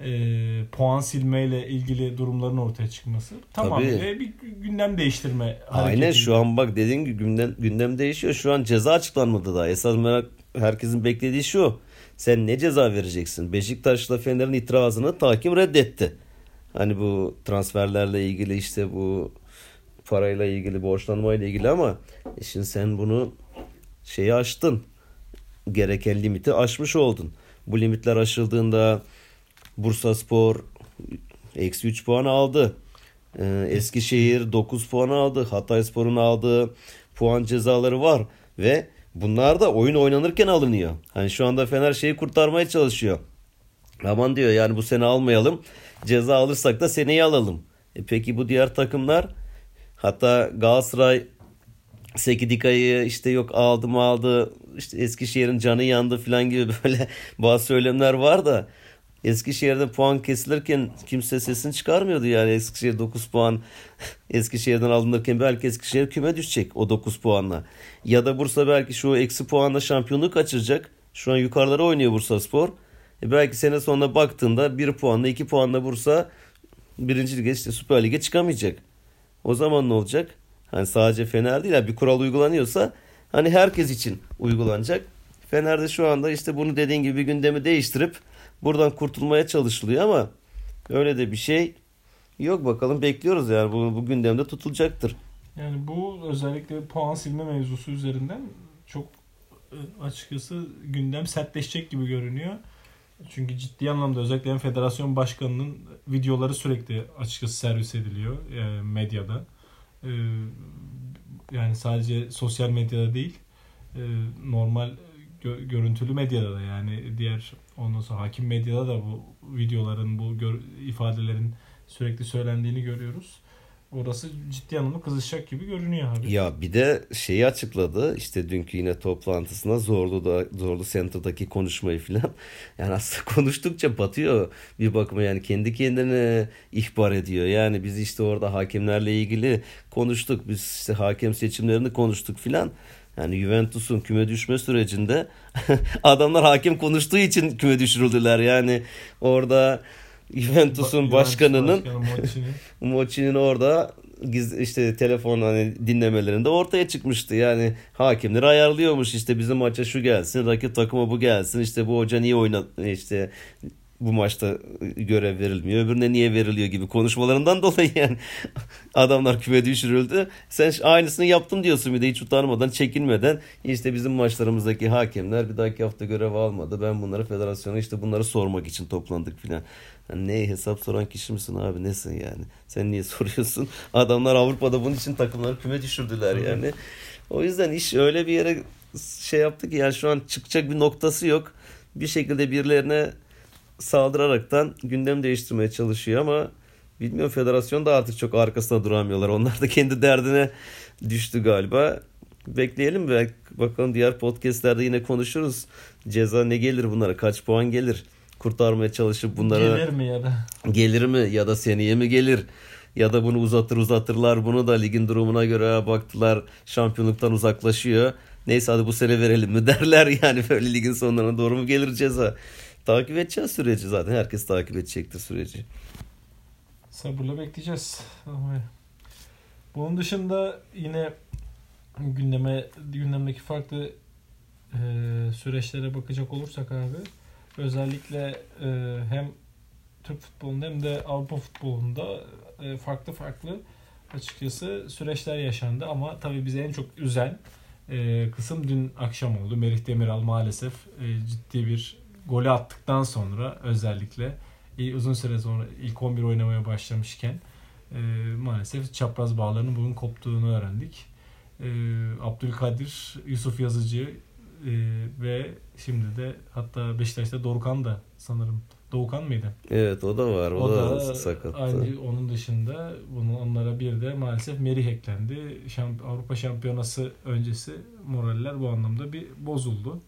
puan silmeyle ilgili durumların ortaya çıkması tamamıyla bir gündem değiştirme hareketi. Aynen şu an bak dediğin gibi gündem değişiyor. Şu an ceza açıklanmadı daha. Esas merak herkesin beklediği şu. Sen ne ceza vereceksin? Beşiktaş'la Fener'in itirazını tahkim reddetti. Hani bu transferlerle ilgili işte bu parayla ilgili borçlanmayla ilgili ama şimdi sen bunu aştın. Gereken limiti aşmış oldun. Bu limitler aşıldığında Bursaspor eksi 3 puan aldı. Eskişehir 9 puan aldı. Hatayspor'un aldığı puan cezaları var. Ve bunlar da oyun oynanırken alınıyor. Hani şu anda Fener kurtarmaya çalışıyor. Aman diyor yani bu sene almayalım. Ceza alırsak da seneyi alalım. Peki bu diğer takımlar hatta Galatasaray Sekidika'yı işte yok aldı işte Eskişehir'in canı yandı falan gibi böyle bazı söylemler var da Eskişehir'de puan kesilirken kimse sesini çıkarmıyordu yani Eskişehir 9 puan Eskişehir'den alınırken belki Eskişehir küme düşecek o 9 puanla. Ya da Bursa belki şu eksi puanla şampiyonluğu kaçıracak. Şu an yukarılara oynuyor Bursaspor. Belki sene sonuna baktığında 1 puanla 2 puanla Bursa 1. Lig'e işte Süper Lig'e çıkamayacak. O zaman ne olacak? Hani sadece Fener değil bir kural uygulanıyorsa hani herkes için uygulanacak. Fener'de şu anda işte bunu dediğin gibi gündemi değiştirip buradan kurtulmaya çalışılıyor ama öyle de bir şey yok bakalım bekliyoruz yani bu gündemde tutulacaktır. Yani bu özellikle puan silme mevzusu üzerinden çok açıkçası gündem sertleşecek gibi görünüyor. Çünkü ciddi anlamda özellikle federasyon başkanının videoları sürekli açıkçası servis ediliyor medyada. Yani sadece sosyal medyada değil normal görüntülü medyada da yani diğer ondan sonra hakim medyada da bu videoların bu ifadelerin sürekli söylendiğini görüyoruz. Orası ciddi anlamda kızışacak gibi görünüyor abi. Ya bir de açıkladı işte dünkü yine toplantısında Zorlu Center'daki konuşmayı filan. Yani aslında konuştukça batıyor bir bakıma yani kendi kendine ihbar ediyor. Yani biz işte orada hakemlerle ilgili konuştuk. Biz işte hakem seçimlerini konuştuk filan. Yani Juventus'un küme düşme sürecinde adamlar hakem konuştuğu için küme düşürüldüler. Yani orada Juventus'un başkanının Mochi'nin orada işte telefon dinlemelerinde ortaya çıkmıştı. Yani hakemleri ayarlıyormuş işte bizim maça şu gelsin, rakip takıma bu gelsin. İşte bu hoca niye işte bu maçta görev verilmiyor, öbürüne niye veriliyor gibi konuşmalarından dolayı yani adamlar küme düşürüldü. Sen aynısını yaptın diyorsun bir de hiç utanmadan, çekinmeden işte bizim maçlarımızdaki hakemler bir dahaki hafta görev almadı. Ben bunları federasyona işte bunları sormak için toplandık filan. Yani ne hesap soran kişi misin abi nesin yani? Sen niye soruyorsun? Adamlar Avrupa'da bunun için takımları küme düşürdüler yani. O yüzden iş öyle bir yere şey yaptı ki yani şu an çıkacak bir noktası yok. Bir şekilde birilerine saldıraraktan gündem değiştirmeye çalışıyor ama bilmiyorum, federasyon da artık çok arkasında duramıyorlar. Onlar da kendi derdine düştü galiba. Bekleyelim ve bakalım diğer podcastlerde yine konuşuruz. Ceza ne gelir bunlara? Kaç puan gelir? Kurtarmaya çalışıp bunlara Gelir mi ya da? gelir mi ya da seneye mi gelir? Ya da bunu uzatırlar bunu da ligin durumuna göre baktılar şampiyonluktan uzaklaşıyor. Neyse hadi bu sene verelim mi derler yani, böyle ligin sonlarına doğru mu gelir ceza? Takip edeceğiz süreci zaten. Herkes takip edecektir süreci. Sabırla bekleyeceğiz. Bunun dışında yine gündemdeki farklı süreçlere bakacak olursak abi, özellikle hem Türk futbolunda hem de Avrupa futbolunda farklı açıkçası süreçler yaşandı ama tabii bizi en çok üzen kısım dün akşam oldu. Merih Demiral maalesef ciddi bir golü attıktan sonra, özellikle uzun süre sonra ilk 11 oynamaya başlamışken maalesef çapraz bağlarının bugün koptuğunu öğrendik. Abdülkadir, Yusuf Yazıcı ve şimdi de hatta Beşiktaş'ta Dorukhan da sanırım. Doğukan mıydı? Evet, o da var. O da sakattı. Aynı onun dışında onlara bir de maalesef Merih eklendi. Avrupa Şampiyonası öncesi moraller bu anlamda bir bozuldu.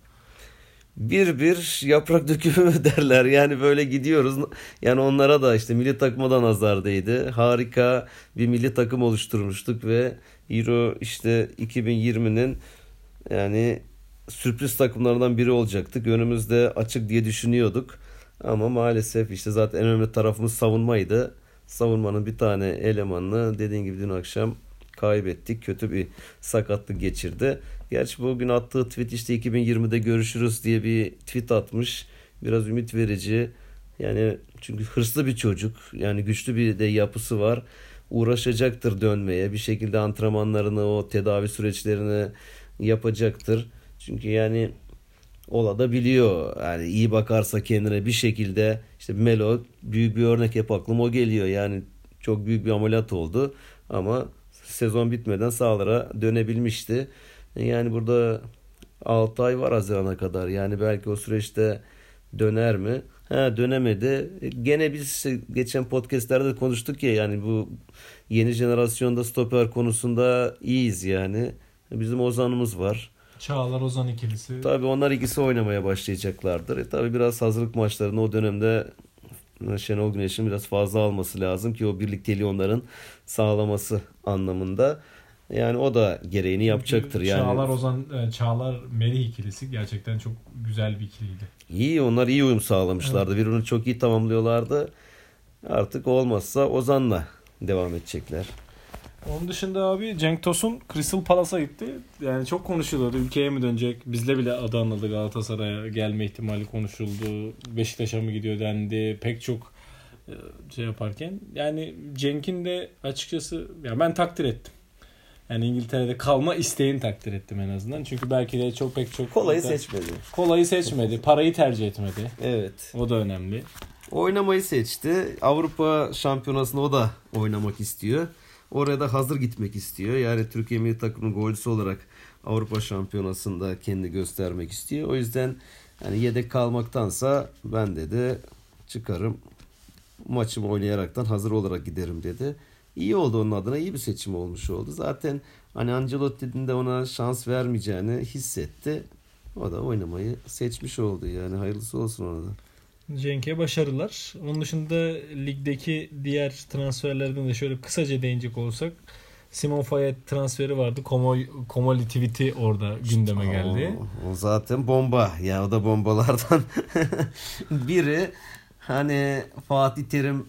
Bir yaprak dökümü derler. Yani böyle gidiyoruz. Yani onlara da işte milli takıma da nazar değdi. Harika bir milli takım oluşturmuştuk ve Euro işte 2020'nin yani sürpriz takımlarından biri olacaktık. Önümüzde açık diye düşünüyorduk. Ama maalesef işte zaten en önemli tarafımız savunmaydı. Savunmanın bir tane elemanını dediğin gibi dün akşam kaybettik. Kötü bir sakatlık geçirdi. Gerçi bugün attığı tweet işte 2020'de görüşürüz diye bir tweet atmış. Biraz ümit verici. Yani çünkü hırslı bir çocuk. Yani güçlü bir de yapısı var. Uğraşacaktır dönmeye. Bir şekilde antrenmanlarını, o tedavi süreçlerini yapacaktır. Çünkü yani ola da biliyor. Yani iyi bakarsa kendine bir şekilde, işte Melo büyük bir örnek, hep aklıma o geliyor. Yani çok büyük bir ameliyat oldu ama sezon bitmeden sahalara dönebilmişti. Yani burada 6 ay var Haziran'a kadar. Yani belki o süreçte döner mi? Dönemedi. Gene biz geçen podcastlerde konuştuk ya, yani bu yeni jenerasyonda stoper konusunda iyiyiz yani. Bizim Ozan'ımız var. Çağlar Ozan ikilisi. Tabii onlar ikisi oynamaya başlayacaklardır. Tabii biraz hazırlık maçlarını o dönemde Şenol Güneş'in biraz fazla alması lazım ki o birlikteliği onların sağlaması anlamında. Yani o da gereğini yapacaktır. Yani Çağlar Ozan, Çağlar Merih ikilisi gerçekten çok güzel bir ikiliydi. İyi, onlar iyi uyum sağlamışlardı. Evet. Birbirini çok iyi tamamlıyorlardı. Artık olmazsa Ozan'la devam edecekler. Onun dışında abi Cenk Tosun Crystal Palace'a gitti. Yani çok konuşuluyordu. Ülkeye mi dönecek? Bizde bile adı anıldı. Galatasaray'a gelme ihtimali konuşuldu. Beşiktaş'a mı gidiyor dendi. Pek çok şey yaparken. Yani Cenk'in de açıkçası ya ben takdir ettim. Yani İngiltere'de kalma isteğini takdir ettim en azından. Çünkü belki de pek çok kolayı seçmedi. Parayı tercih etmedi. Evet. O da önemli. Oynamayı seçti. Avrupa Şampiyonası'nda o da oynamak istiyor. Oraya da hazır gitmek istiyor. Yani Türkiye milli takımının golcüsü olarak Avrupa Şampiyonası'nda kendini göstermek istiyor. O yüzden hani yedek kalmaktansa ben dedi çıkarım, maçımı oynayaraktan hazır olarak giderim dedi. İyi oldu onun adına, iyi bir seçim olmuş oldu. Zaten hani Ancelotti'nin de ona şans vermeyeceğini hissetti. O da oynamayı seçmiş oldu. Yani hayırlısı olsun ona da. Cenk'e başarılar. Onun dışında ligdeki diğer transferlerden de şöyle kısaca değinecek olursak, Simon Payet transferi vardı. Komoli tweet'i orada gündeme geldi. O zaten bomba. Ya o da bombalardan biri. Hani Fatih Terim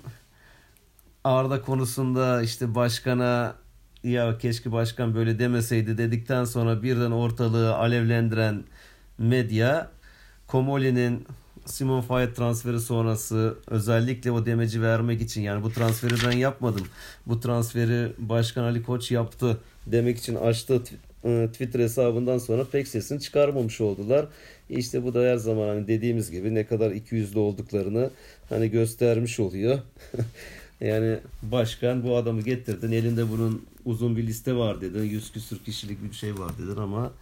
Arda konusunda işte başkana ya keşke başkan böyle demeseydi dedikten sonra birden ortalığı alevlendiren medya, Komoli'nin Simon Payet transferi sonrası özellikle o demeci vermek için, yani bu transferi ben yapmadım, bu transferi Başkan Ali Koç yaptı demek için açtığı Twitter hesabından sonra pek sesini çıkarmamış oldular. İşte bu da her zaman hani dediğimiz gibi ne kadar ikiyüzlü olduklarını hani göstermiş oluyor. Yani başkan bu adamı getirdin, elinde bunun uzun bir liste var dedin, 100 küsür kişilik bir şey var dedin ama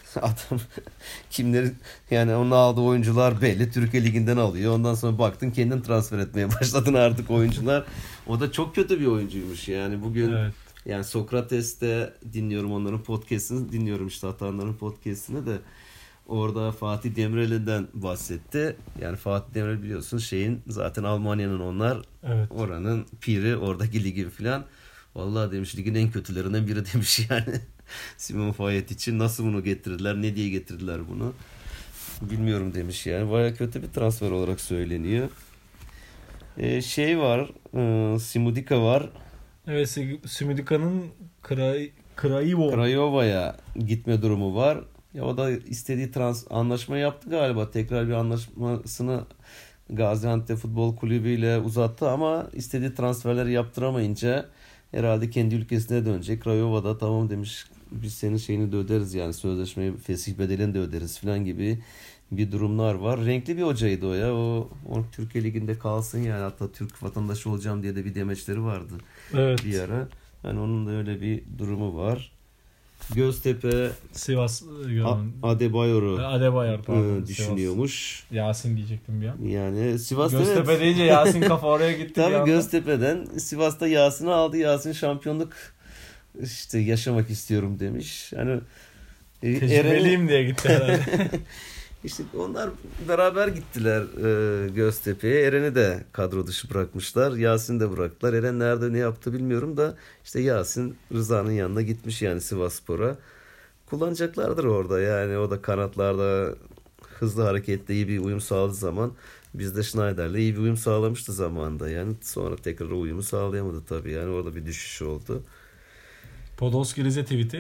Adam kimleri yani onun aldığı oyuncular belli. Türkiye Ligi'nden alıyor. Ondan sonra baktın kendin transfer etmeye başladın artık oyuncular. O da çok kötü bir oyuncuymuş. Yani bugün Evet. yani Sokrates'te dinliyorum onların podcast'ini dinliyorum işte Atahanların podcast'ini de orada Fatih Demirel'den bahsetti. Yani Fatih Demirel biliyorsun şeyin zaten Almanya'nın onlar Evet. oranın piri oradaki ligin filan. Vallahi demiş ligin en kötülerinden biri demiş yani. Simon Payet için nasıl bunu getirdiler, ne diye getirdiler bunu bilmiyorum demiş yani. Baya kötü bir transfer olarak söyleniyor. Şey var, Simudika var. Evet, Simidika'nın Craiova'ya gitme durumu var. Ya o da istediği anlaşma yaptı galiba. Tekrar bir anlaşmasını Gaziantep Futbol Kulübü ile uzattı ama istediği transferleri yaptıramayınca herhalde kendi ülkesine dönecek. Craiova'da tamam demiş biz senin şeyini de öderiz yani sözleşmeyi fesih bedelini de öderiz falan gibi bir durumlar var. Renkli bir hocaydı o ya. O Türkiye Ligi'nde kalsın yani hatta Türk vatandaşı olacağım diye de bir demeçleri vardı. Evet. Bir ara. Yani onun da öyle bir durumu var. Göztepe Sivas Adebayor'u pardon. düşünüyormuş. Yasin diyecektim bir an. Yani Sivas Göztepe evet. deyince Yasin kafa oraya gitti bir Tabii anda. Göztepe'den Sivas'ta Yasin'i aldı. Yasin şampiyonluk işte yaşamak istiyorum demiş. Hani Tecrübeliyim diye gitti herhalde. İşte onlar beraber gittiler Göztepe'ye. Eren'i de kadro dışı bırakmışlar. Yasin'i de bıraktılar. Eren nerede ne yaptı bilmiyorum da işte Yasin Rıza'nın yanına gitmiş yani Sivasspor'a. Kullanacaklardır orada yani o da kanatlarda hızlı hareketle iyi bir uyum sağladığı zaman biz de Schneider'le iyi bir uyum sağlamıştı zamanında. Yani sonra tekrar o uyumu sağlayamadı tabii yani orada bir düşüş oldu. Podolski Rize tweet'i.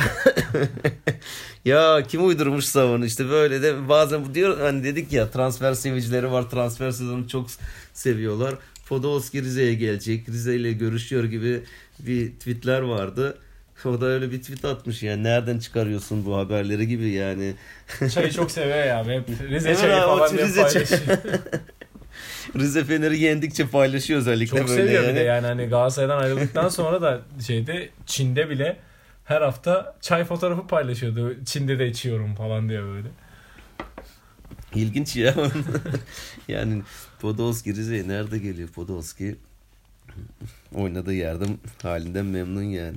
Ya kim uydurmuşsa onu işte böyle de bazen bu diyor hani dedik ya transfer sevicileri var transfer sezonu çok seviyorlar. Podolski Rize'ye gelecek Rize ile görüşüyor gibi bir tweetler vardı. O da öyle bir tweet atmış yani nereden çıkarıyorsun bu haberleri gibi yani. Çayı çok seviyor ya. Hep Rize Evet, çayı o falan diye Rize çayı. paylaşıyor. Rize Fener'i yendikçe paylaşıyor özellikle Çok böyle seviyor yani. bir de yani hani Galatasaray'dan ayrıldıktan sonra da Çin'de bile her hafta çay fotoğrafı paylaşıyordu. Çin'de de içiyorum falan diye böyle. İlginç ya. Yani Podolski Rize'ye nerede geliyor Podolski? Oynadığı yardım halinden memnun yani.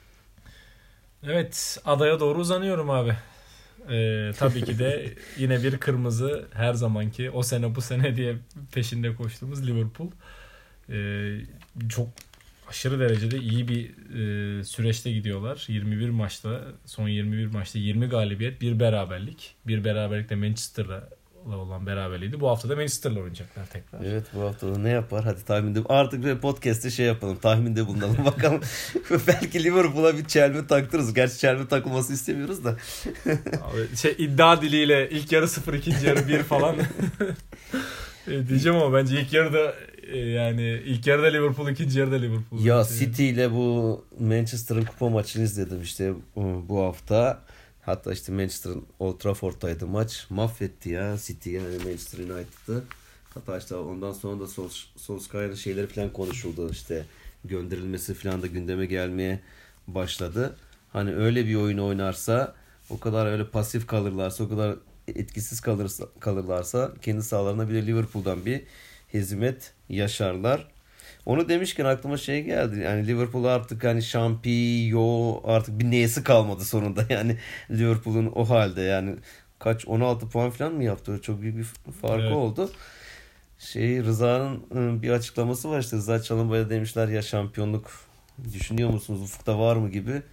Evet, adaya doğru uzanıyorum abi. Tabii ki de yine bir kırmızı her zamanki o sene bu sene diye peşinde koştuğumuz Liverpool. Çok aşırı derecede iyi bir süreçte gidiyorlar. 21 maçta, son 21 maçta 20 galibiyet, bir beraberlik. Bir beraberlik de Manchester'la olan beraberliğiydi. Bu hafta da Manchester'la oynayacaklar tekrar. Evet bu hafta da ne yapar? Hadi tahminde. Artık bir podcast'te şey yapalım. Tahminde bulunalım. Bakalım. Belki Liverpool'a bir çelme taktırırız. Gerçi çelme takılması istemiyoruz da. Abi, iddia diliyle ilk yarı 0, ikinci yarı 1 falan. Diyeceğim ama bence ilk yarıda yani ilk yarıda Liverpool, ikinci yarıda Liverpool. Ya City ile bu Manchester'ın kupa maçını izledim işte bu hafta. Hatta işte Manchester'ın Old Trafford'taydı maç. Mahvetti ya City yani Manchester United'ı. Hatta işte ondan sonra da Solskjaer'in şeyleri falan konuşuldu. İşte gönderilmesi falan da gündeme gelmeye başladı. Hani öyle bir oyun oynarsa o kadar öyle pasif kalırlarsa o kadar etkisiz kalırlarsa kendi sahalarına bir de Liverpool'dan bir hezimet yaşarlar. Onu demişken aklıma şey geldi. Yani Liverpool artık hani şampiyon artık bir neyesi kalmadı sonunda. Yani Liverpool'un o halde yani kaç 16 puan falan mı yaptı? Çok büyük bir farkı Evet. oldu. Rıza'nın bir açıklaması var işte Rıza Çalınbay'a demişler ya şampiyonluk düşünüyor musunuz ufukta var mı gibi.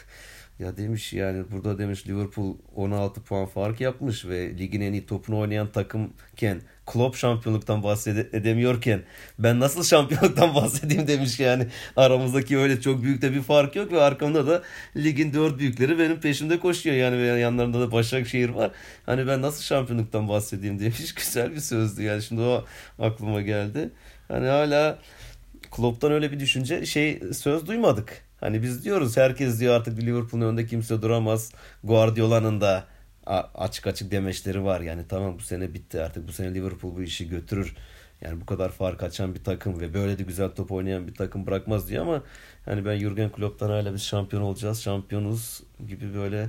Ya demiş yani burada demiş Liverpool 16 puan fark yapmış ve ligin en iyi topunu oynayan takımken Klopp şampiyonluktan bahsedemiyorken ben nasıl şampiyonluktan bahsedeyim demiş yani. Aramızdaki öyle çok büyük de bir fark yok ve arkamda da ligin 4 büyükleri benim peşimde koşuyor yani ve yanlarında da Başakşehir var. Hani ben nasıl şampiyonluktan bahsedeyim demiş. Güzel bir sözdü yani şimdi o aklıma geldi. Hani hala Klopp'tan öyle bir düşünce söz duymadık. Hani biz diyoruz herkes diyor artık Liverpool'un önünde kimse duramaz. Guardiola'nın da açık açık demeçleri var. Yani tamam bu sene bitti artık bu sene Liverpool bu işi götürür. Yani bu kadar fark açan bir takım ve böyle de güzel top oynayan bir takım bırakmaz diyor ama hani ben Jürgen Klopp'tan hala biz şampiyon olacağız, şampiyonuz gibi böyle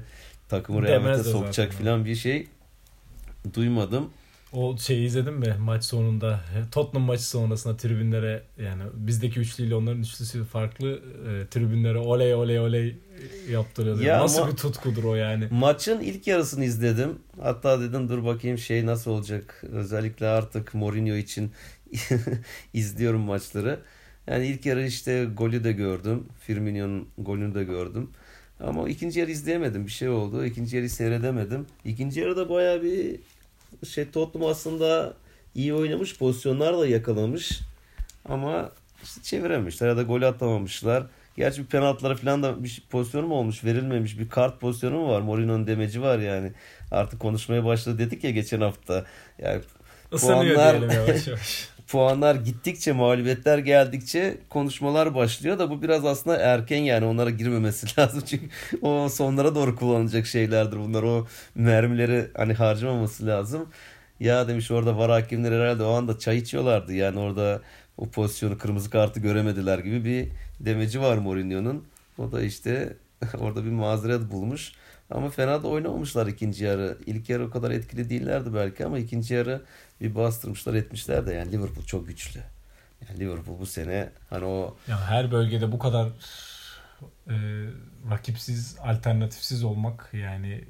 takımı rehavete Demez de sokacak zaten. falan bir şey duymadım. O şeyi izledin mi maç sonunda? Tottenham maçı sonrasında tribünlere, yani bizdeki üçlüyle onların üçlüsü farklı, tribünlere oley oley oley yaptırıyordu. Ya Nasıl ama- bir tutkudur o yani. Maçın ilk yarısını izledim. Hatta dedim dur bakayım şey nasıl olacak. Özellikle artık Mourinho için izliyorum maçları. Yani ilk yarı işte golü de gördüm. Firmino'nun golünü de gördüm. Ama ikinci yarı izleyemedim. Bir şey oldu. İkinci yarı seyredemedim. İkinci yarıda bayağı bir Tottenham aslında iyi oynamış. Pozisyonlar da yakalamış. Ama işte çevirememişler ya da gol atamamışlar. Gerçi bir penaltılara falan da bir pozisyonu mu olmuş, verilmemiş, bir kart pozisyonu mu var? Mourinho'nun demeci var yani. Artık konuşmaya başladı dedik ya geçen hafta. Yani Isınıyor puanlar- diyelim yavaş yavaş. puanlar gittikçe, mağlubiyetler geldikçe konuşmalar başlıyor da bu biraz aslında erken, yani onlara girmemesi lazım. Çünkü o sonlara doğru kullanılacak şeylerdir bunlar. O mermileri hani harcamaması lazım. Ya demiş orada VAR hakemleri herhalde o anda çay içiyorlardı. Yani orada o pozisyonu, kırmızı kartı göremediler gibi bir demeci var Mourinho'nun. O da işte orada bir mazeret bulmuş. Ama fena da oynamamışlar ikinci yarı. İlk yarı o kadar etkili değillerdi belki ama ikinci yarı bir bastırmışlar etmişler de. Yani Liverpool çok güçlü. Yani Liverpool bu sene hani o Yani her bölgede bu kadar e, rakipsiz, alternatifsiz olmak, yani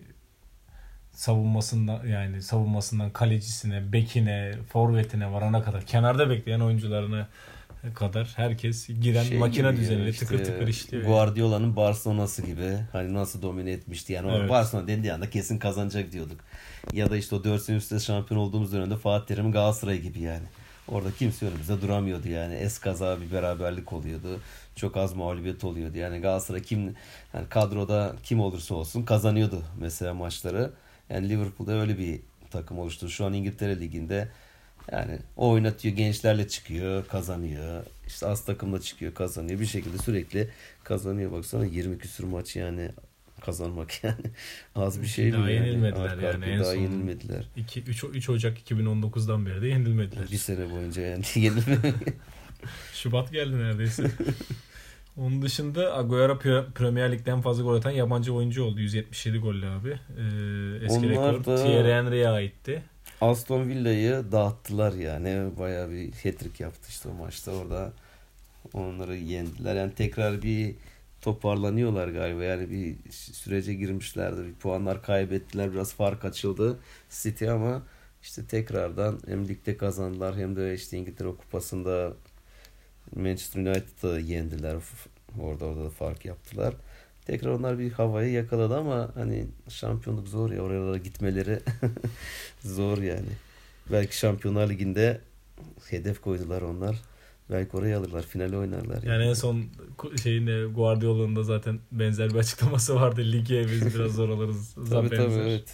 savunmasından kalecisine, bekine, forvetine varana kadar, kenarda bekleyen oyuncularına kadar herkes giren şey makine gibi düzeniyle ya, tıkır tıkır işliyor. Guardiola'nın Barcelona'sı gibi. Hani nasıl domine etmişti. Yani Evet. Barcelona dendiği anda kesin kazanacak diyorduk. Ya da işte o 4 sene üst üste şampiyon olduğumuz dönemde Fatih Terim'in Galatasaray gibi yani. Orada kimse önümüzde duramıyordu yani. Eskaza bir beraberlik oluyordu. Çok az mağlubiyet oluyordu. Yani Galatasaray yani kadroda kim olursa olsun kazanıyordu mesela maçları. Yani Liverpool'da öyle bir takım oluştu. Şu an İngiltere Ligi'nde yani o oynatıyor, gençlerle çıkıyor, kazanıyor. İşte az takımla çıkıyor, kazanıyor. Bir şekilde sürekli kazanıyor. Baksana 20 küsur maç yani kazanmak yani. Az bir şey Daha mi yani? yenilmediler Arka yani. arkaya En daha son yenilmediler. 3 Ocak 2019'dan beri de yenilmediler. Bir sene boyunca yani yenilmediler. Şubat geldi neredeyse. Onun dışında Agüero Premier Lig'den fazla gol atan yabancı oyuncu oldu. 177 golle abi. Eski Onlar rekor da- Thierry Henry'e aitti. Aston Villa'yı dağıttılar yani. Bayağı bir hat-trick yaptı işte o maçta. Orada onları yendiler. Yani tekrar bir toparlanıyorlar galiba. Yani bir sürece girmişlerdi. Bir puanlar kaybettiler. Biraz fark açıldı City ama işte tekrardan hem ligde kazandılar hem de işte İngiltere Kupası'nda Manchester United'ı yendiler. Orada da fark yaptılar. Tekrar onlar bir havayı yakaladı ama hani şampiyonluk zor ya. Oralara gitmeleri zor yani. Belki Şampiyonlar Ligi'nde hedef koydular onlar. Belki oraya alırlar. Finale oynarlar. Yani en son Guardiola'nın da zaten benzer bir açıklaması vardı. Lige biz biraz zor alırız. Tabii benzer. evet.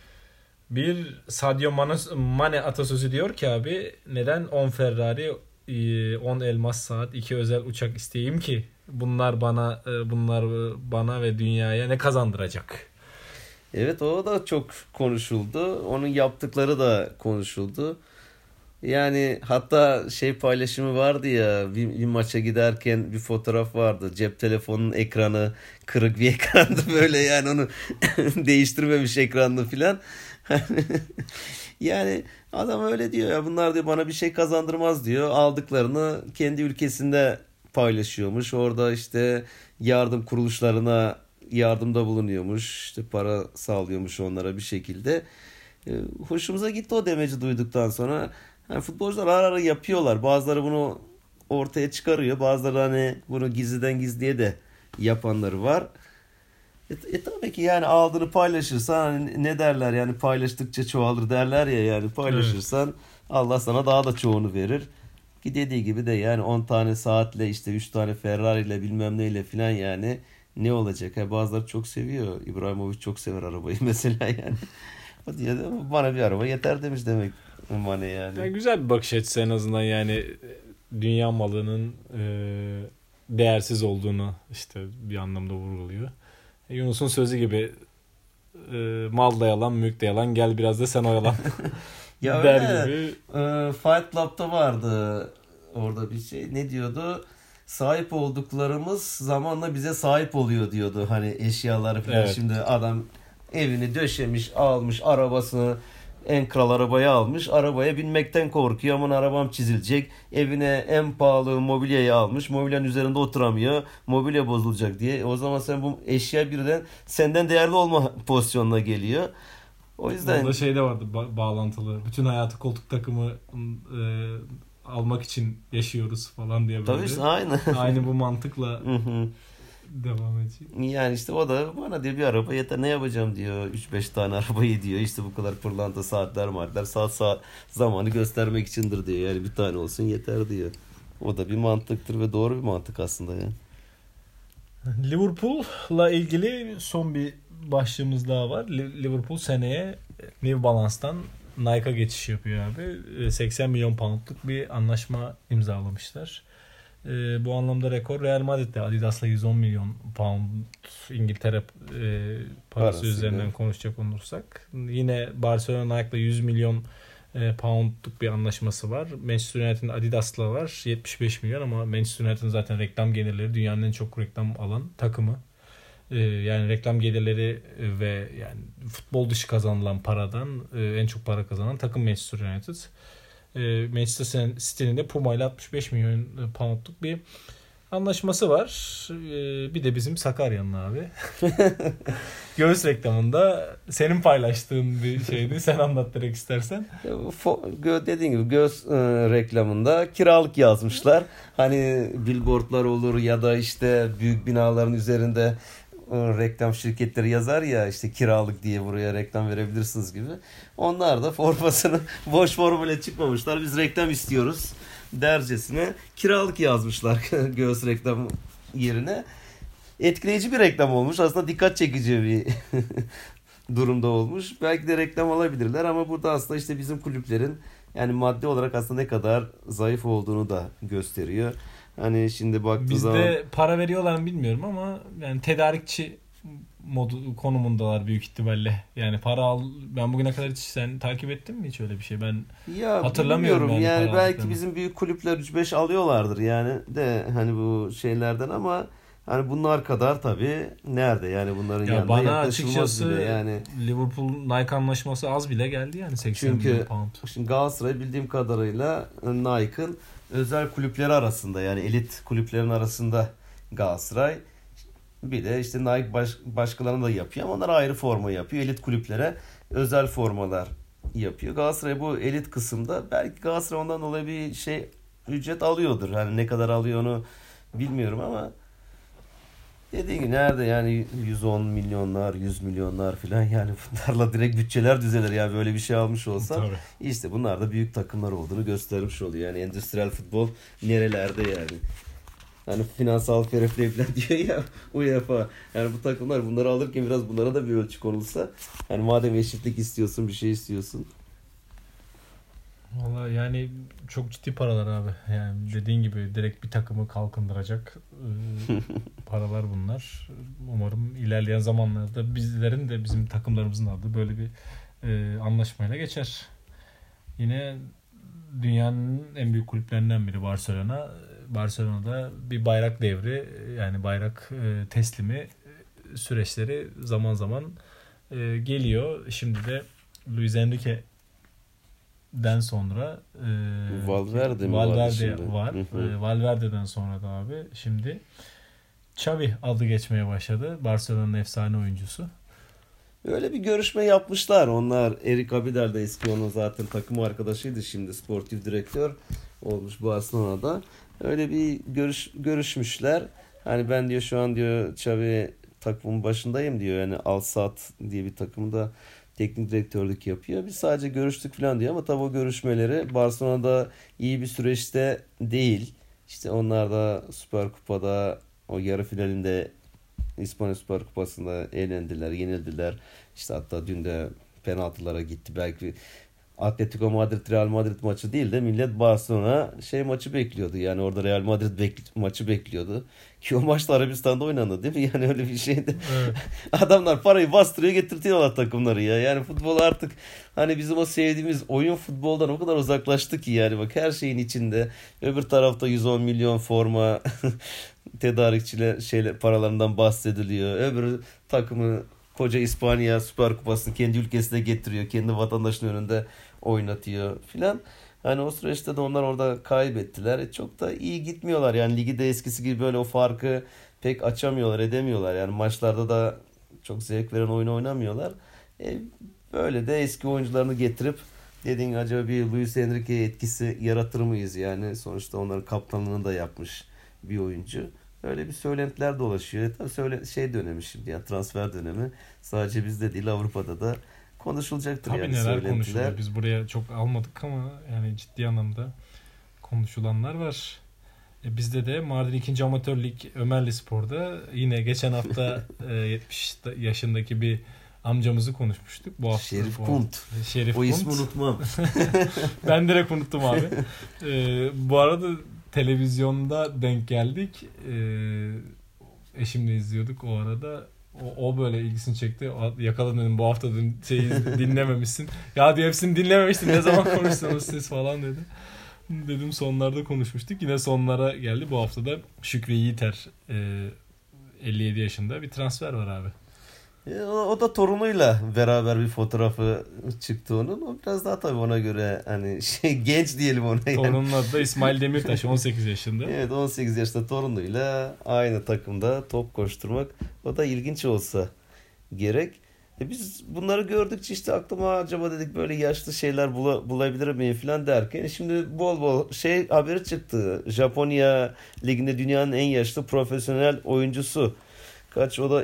Bir Sadio Mane atasözü diyor ki abi, neden 10 Ferrari, 10 elmas saat, 2 özel uçak isteyeyim ki? Bunlar bana ve dünyaya ne kazandıracak? Evet, o da çok konuşuldu. Onun yaptıkları da konuşuldu. Yani hatta paylaşımı vardı ya, bir maça giderken bir fotoğraf vardı. Cep telefonunun ekranı kırık bir ekrandı böyle, yani onu değiştirmemiş ekranını filan. Yani adam öyle diyor ya, bunlar diyor bana bir şey kazandırmaz diyor. Aldıklarını kendi ülkesinde paylaşıyormuş. Orada işte yardım kuruluşlarına yardımda bulunuyormuş. İşte para sağlıyormuş onlara bir şekilde. Hoşumuza gitti o demeci duyduktan sonra. Yani futbolcular ara ara yapıyorlar. Bazıları bunu ortaya çıkarıyor. Bazıları hani bunu gizliden gizliye de yapanları var. Tabii ki yani aldığını paylaşırsan hani ne derler, yani paylaştıkça çoğalır derler ya, yani paylaşırsan Allah sana daha da çoğunu verir. Ki dediği gibi de yani 10 tane saatle işte 3 tane Ferrari ile bilmem neyle filan yani ne olacak? Bazıları çok seviyor. İbrahimovic çok sever arabayı mesela yani. O diyor bana bir araba yeter demiş demek Mane yani. Yani güzel bir bakış açısı en azından, yani dünya malının değersiz olduğunu işte bir anlamda vurguluyor. Yunus'un sözü gibi mal da yalan, mülk de yalan, gel biraz da sen oyalan Ya der öyle, gibi. Fight Club'da vardı orada bir şey, ne diyordu? Sahip olduklarımız zamanla bize sahip oluyor diyordu. Hani eşyaları falan. Evet. Şimdi adam evini döşemiş, almış arabasını, en kral arabayı almış. Arabaya binmekten korkuyor. Aman arabam çizilecek. Evine en pahalı mobilyayı almış. Mobilyanın üzerinde oturamıyor. Mobilya bozulacak diye. O zaman sen bu eşya birden senden değerli olma pozisyonuna geliyor. O yüzden... Orada şey de vardı bağlantılı. Bütün hayatı koltuk takımı almak için yaşıyoruz falan diye böyle. Tabii aynı. Aynı bu mantıkla devam edecek. Yani işte o da bana diyor bir araba yeter, ne yapacağım diyor. 3-5 tane arabayı diyor. İşte bu kadar pırlanta, saatler, saat zamanı göstermek içindir diyor. Yani bir tane olsun yeter diyor. O da bir mantıktır ve doğru bir mantık aslında yani. Liverpool'la ilgili son bir başlığımız daha var. Liverpool seneye New Balance'tan Nike'a geçiş yapıyor abi. 80 milyon poundluk bir anlaşma imzalamışlar. Bu anlamda rekor Real Madrid'de Adidas'la 110 milyon pound İngiltere parası üzerinden konuşacak olursak. Yine Barcelona Nike'la 100 milyon poundluk bir anlaşması var. Manchester United'in Adidas'la var 75 milyon ama Manchester United'in zaten reklam gelirleri dünyanın en çok reklam alan takımı. Yani reklam gelirleri ve yani futbol dışı kazanılan paradan en çok para kazanan takım Manchester United. Manchester City'nin de Puma ile 65 milyon poundluk bir anlaşması var. Bir de bizim Sakarya'nın abi. Göğüs reklamında senin paylaştığın bir şeydi. Sen anlat direkt istersen. Dediğin gibi göğüs reklamında kiralık yazmışlar. Hani billboardlar olur ya da işte büyük binaların üzerinde reklam şirketleri yazar ya işte kiralık diye buraya reklam verebilirsiniz gibi. Onlar da formasını boş formuyla çıkmamışlar. Biz reklam istiyoruz dercesine kiralık yazmışlar göğüs reklam yerine. Etkileyici bir reklam olmuş. Aslında dikkat çekici bir durumda olmuş. Belki de reklam alabilirler ama burada aslında işte bizim kulüplerin yani maddi olarak aslında ne kadar zayıf olduğunu da gösteriyor. Hani şimdi baktığı zaman... Bizde para veriyorlar mı bilmiyorum ama yani tedarikçi konumundalar büyük ihtimalle. Yani para al, ben bugüne kadar hiç sen takip ettin mi hiç öyle bir şey? Ben hatırlamıyorum yani belki bizim büyük kulüpler 3-5 alıyorlardır yani de hani bu şeylerden ama hani bunlar kadar tabii nerede yani bunların yanında bana yaklaşılmaz açıkçası bile yani. Liverpool Nike anlaşması az bile geldi yani 80 milyon pound. Şimdi Galatasaray bildiğim kadarıyla Nike'ın özel kulüpleri arasında yani elit kulüplerin arasında Galatasaray. Bir de işte Nike başkalarını da yapıyor ama onlar ayrı forma yapıyor. Elit kulüplere özel formalar yapıyor. Galatasaray bu elit kısımda belki Galatasaray ondan dolayı bir şey ücret alıyordur. Hani ne kadar alıyor onu bilmiyorum ama dediğim gibi nerede yani 110 milyonlar, 100 milyonlar falan yani bunlarla direkt bütçeler düzelir ya böyle bir şey almış olsa. İşte bunlar da büyük takımlar olduğunu göstermiş oluyor. Yani endüstriyel futbol nerelerde yani. Hani finansal fair play falan diyor ya UEFA. Yani bu takımlar bunları alırken biraz bunlara da bir ölçü konulsa. Hani madem eşitlik istiyorsun bir şey istiyorsun. Vallahi yani çok ciddi paralar abi. Yani dediğin gibi direkt bir takımı kalkındıracak paralar bunlar. Umarım ilerleyen zamanlarda bizlerin de bizim takımlarımızın adı böyle bir anlaşmayla geçer. Yine dünyanın en büyük kulüplerinden biri Barcelona. Barcelona'da bir bayrak devri yani bayrak teslimi süreçleri zaman zaman geliyor. Şimdi de Luis Enrique'den sonra Valverde var. Valverde'den sonra da abi şimdi Xavi adı geçmeye başladı. Barcelona'nın efsane oyuncusu. Öyle bir görüşme yapmışlar. Onlar Eric Abidal da eski onun zaten takım arkadaşıydı. Şimdi sportif direktör olmuş Barcelona'da. Öyle bir görüşmüşler. Hani ben diyor şu an diyor Xavi takımın başındayım diyor. Yani Al Sadd diye bir takımda teknik direktörlük yapıyor. Biz sadece görüştük falan diyor ama tabii o görüşmeleri Barcelona'da iyi bir süreçte değil. İşte onlar da Süper Kupa'da o yarı finalinde İspanya Süper Kupası'nda eğlendiler, yenildiler. İşte hatta dün de penaltılara gitti. Belki Atletico Madrid Real Madrid maçı değil de millet Barcelona maçı bekliyordu. Yani orada Real Madrid maçı bekliyordu. Ki o maçta Arabistan'da oynandı değil mi? Yani öyle bir şeydi. Evet. Adamlar parayı bastırıyor getirtiyorlar takımları ya. Yani futbol artık hani bizim o sevdiğimiz oyun futboldan o kadar uzaklaştı ki yani bak her şeyin içinde. Öbür tarafta 110 milyon forma tedarikçiler paralarından bahsediliyor. Öbür takımı koca İspanya Süper Kupası'nı kendi ülkesine getiriyor. Kendi vatandaşının önünde oynatıyor filan. Hani o süreçte de onlar orada kaybettiler. Çok da iyi gitmiyorlar. Yani ligi de eskisi gibi böyle o farkı pek açamıyorlar, edemiyorlar. Yani maçlarda da çok zevk veren oyun oynamıyorlar. Böyle de eski oyuncularını getirip dediğin acaba bir Luis Enrique etkisi yaratır mıyız? Yani sonuçta onların kaptanlığını da yapmış bir oyuncu. Öyle bir söylentiler dolaşıyor. Tabii dönemi şimdi, yani transfer dönemi. Sadece bizde değil, Avrupa'da da konuşulacaktır. Tabii yani neler söylentiler. konuşuluyor. Biz buraya çok almadık ama yani ciddi anlamda konuşulanlar var. Bizde de Mardin 2. Amatör Lig Ömerli Spor'da yine geçen hafta 70 yaşındaki bir amcamızı konuşmuştuk. Bu hafta Şerif Kunt. Şerif O Kunt. ismi unutmam. Ben direkt unuttum abi. Bu arada televizyonda denk geldik. Eşimle izliyorduk o arada. O böyle ilgisini çekti. Yakaladım dedim, bu hafta dinlememişsin. Ya diyor, hepsini dinlememiştin. Ne zaman konuştunuz siz falan dedi. Dedim sonlarda konuşmuştuk. Yine sonlara geldi. Bu hafta da Şükrü Yiğiter 57 yaşında bir transfer var abi. O da torunuyla beraber bir fotoğrafı çıktı onun. O biraz daha tabii ona göre hani genç diyelim ona. Yani. Torunun adı da İsmail Demirtaş, 18 yaşında. Evet, 18 yaşında torunuyla aynı takımda top koşturmak, o da ilginç olsa gerek. Biz bunları gördükçe işte aklıma acaba dedik böyle yaşlı şeyler bulabilir miyim falan derken şimdi bol bol haberi çıktı. Japonya liginde dünyanın en yaşlı profesyonel oyuncusu. Kaç, o da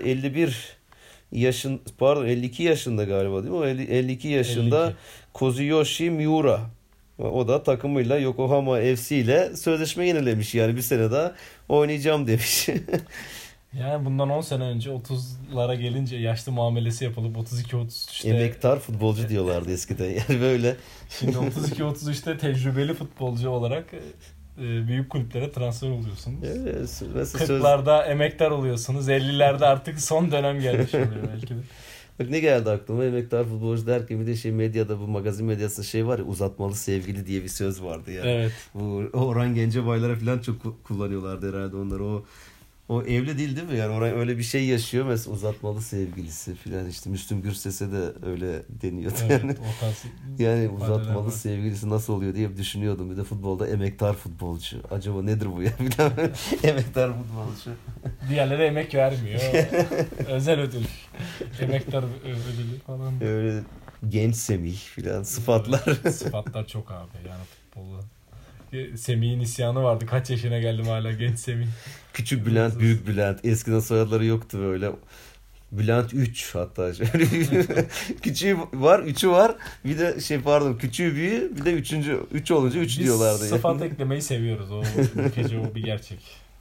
52 yaşında galiba, değil mi? O 52 yaşında 52. Kazuyoshi Miura. O da takımıyla Yokohama FC ile sözleşme yenilemiş. Yani bir sene daha oynayacağım demiş. Yani bundan 10 sene önce 30'lara gelince yaşlı muamelesi yapılıp 32-33'te... Emektar futbolcu diyorlardı eskiden. Yani böyle. Şimdi 32-33'te tecrübeli futbolcu olarak büyük kulüplere transfer oluyorsunuz. Evet, 40'larda emektar oluyorsunuz. 50'lerde artık son dönem gelmiş oluyor belki de. Bak ne geldi aklıma, emektar futbolcu derken bir de medyada, bu magazin medyasında var ya, uzatmalı sevgili diye bir söz vardı ya. Evet. Bu Orhan Gencebaylara falan çok kullanıyorlardı herhalde onları. O evli değil mi? Yani oraya öyle bir şey yaşıyor mesela, uzatmalı sevgilisi falan, işte Müslüm Gürses'e de öyle deniyordu. Evet, yani. o tarz Yani uzatmalı var. sevgilisi nasıl oluyor diye düşünüyordum. Bir de futbolda emektar futbolcu. Acaba nedir bu ya? Emektar futbolcu. Diğerleri emek vermiyor. Özel ödül. Emektar ödülü falan. Öyle genç Semih falan sıfatlar. Sıfatlar çok abi yani futbolda. Semih'in isyanı vardı. Kaç yaşına geldim hala genç Semih. Küçük Bülent, Büyük Bülent. Eskiden soyadları yoktu böyle. Bülent 3 hatta. Küçüğü var, 3'ü var. Bir de küçüğü büyüğü, bir de 3 olunca 3 diyorlardı. Biz sıfat eklemeyi seviyoruz. O ülkece o bir gerçek.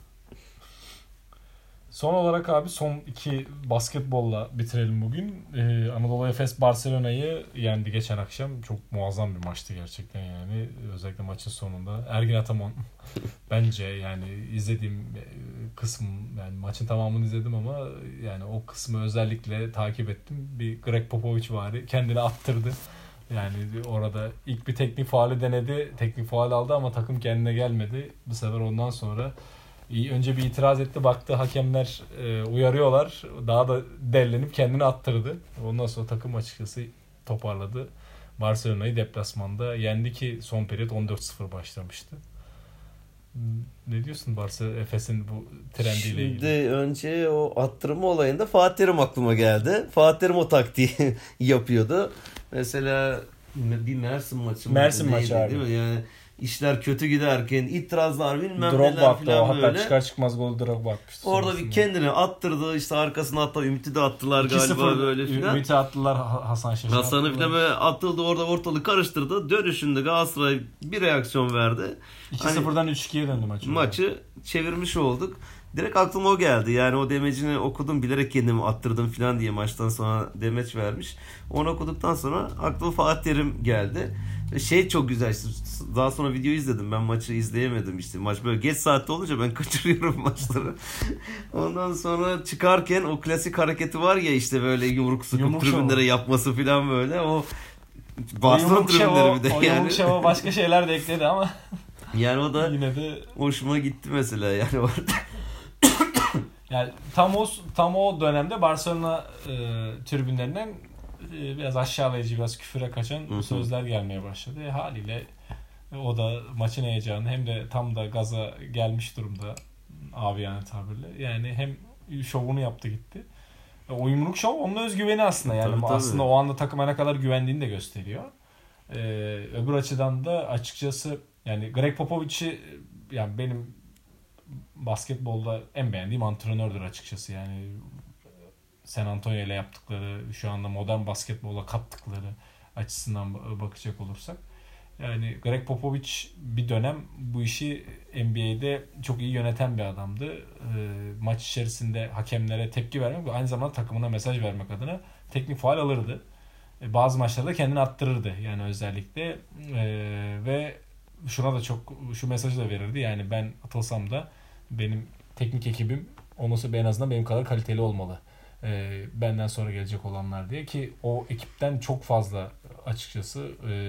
Son olarak abi son iki basketbolla bitirelim bugün. Anadolu Efes Barcelona'yı yendi geçen akşam. Çok muazzam bir maçtı gerçekten yani. Özellikle maçın sonunda. Ergin Ataman bence yani izlediğim kısım, yani maçın tamamını izledim ama yani o kısmı özellikle takip ettim. Bir Greg Popovich vardı. Kendini attırdı. Yani orada ilk bir teknik faulü denedi. Teknik faul aldı ama takım kendine gelmedi. Bu sefer ondan sonra önce bir itiraz etti. Baktı hakemler uyarıyorlar. Daha da dellenip kendini attırdı. Ondan sonra takım açıkçası toparladı. Barcelona'yı deplasmanda yendi ki son periyot 14-0 başlamıştı. Ne diyorsun Barcelona Efes'in bu trendiyle ilgili? Şimdi önce o attırma olayında Fatih Terim aklıma geldi. Fatih Terim o taktiği yapıyordu. Mesela bir Mersin maçı abi. Değil mi? Yani işler kötü giderken itirazlar bilmem Drogba neler attı, falan hatta böyle. çıkar çıkmaz golü Drogba atmıştı. Orada sonrasında. bir kendini attırdı. İşte arkasına hatta Ümit'i de attılar galiba böyle filan. Ümit'i attılar, Hasan Şaş'ı Hasan'ı falan böyle atıldı, orada ortalığı karıştırdı. Dönüşünde Galatasaray bir reaksiyon verdi. 2-0'dan 3-2'ye döndü maçı. Maçı çevirmiş olduk. Direkt aklıma o geldi. Yani o demecini okudum, bilerek kendimi attırdım falan diye maçtan sonra demeç vermiş. Onu okuduktan sonra aklıma Fatih Terim geldi. Çok güzel işte, daha sonra video izledim, ben maçı izleyemedim işte, maç böyle geç saatte olunca ben kaçırıyorum maçları. Ondan sonra çıkarken o klasik hareketi var ya, işte böyle yumruk sıkıp tribünlere yapması falan, böyle o Barcelona tribünleri bir de o yani. yumruk şova başka şeyler de ekledi ama yani o da yine de hoşuma gitti mesela yani orada. Yani tam o dönemde Barcelona tribünlerinden biraz aşağılayıcı, biraz küfüre kaçan sözler gelmeye başladı. Haliyle o da maçın heyecanı hem de tam da gaza gelmiş durumda abi yani tabirle. Yani hem şovunu yaptı gitti. O yumruk şov onun özgüveni aslında. Yani Tabii. aslında o anda takıma ne kadar güvendiğini de gösteriyor. Öbür açıdan da açıkçası yani Greg Popovich'i yani benim basketbolda en beğendiğim antrenördür açıkçası. Yani San Antonio ile yaptıkları, şu anda modern basketbola kattıkları açısından bakacak olursak. Yani Greg Popovich bir dönem bu işi NBA'de çok iyi yöneten bir adamdı. Maç içerisinde hakemlere tepki vermek ve aynı zamanda takımına mesaj vermek adına teknik faul alırdı. Bazı maçlarda kendini attırırdı yani özellikle. Ve şuna da şu mesajı da verirdi. Yani ben atılsam da benim teknik ekibim olmasa en azından benim kadar kaliteli olmalı. Benden sonra gelecek olanlar diye ki o ekipten çok fazla açıkçası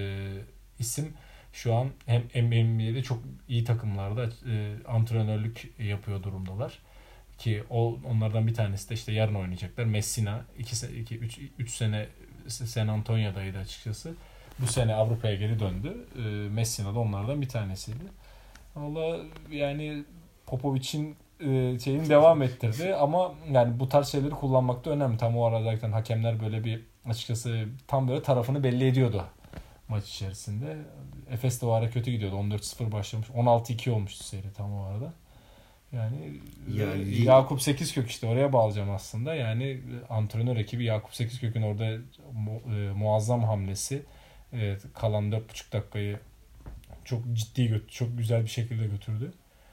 isim şu an hem NBA'de çok iyi takımlarda antrenörlük yapıyor durumdalar. Ki onlardan bir tanesi de işte yarın oynayacaklar. Messina 3 sene San Antonio'daydı açıkçası. Bu sene Avrupa'ya geri döndü. Messina da onlardan bir tanesiydi. Valla yani Popovic'in şeyini devam ettirdi ama yani bu tarz şeyleri kullanmak da önemli. Tam o arada zaten hakemler böyle bir açıkçası tam böyle tarafını belli ediyordu maç içerisinde. Efes de o ara kötü gidiyordu. 14-0 başlamış. 16-2 olmuştu seri tam o arada. Yani Yakup Sekizkök işte oraya bağlayacağım aslında. Yani antrenör ekibi Yakup Sekizkök'ün orada muazzam hamlesi. Kalan 4,5 dakikayı çok ciddi çok güzel bir şekilde götürdü.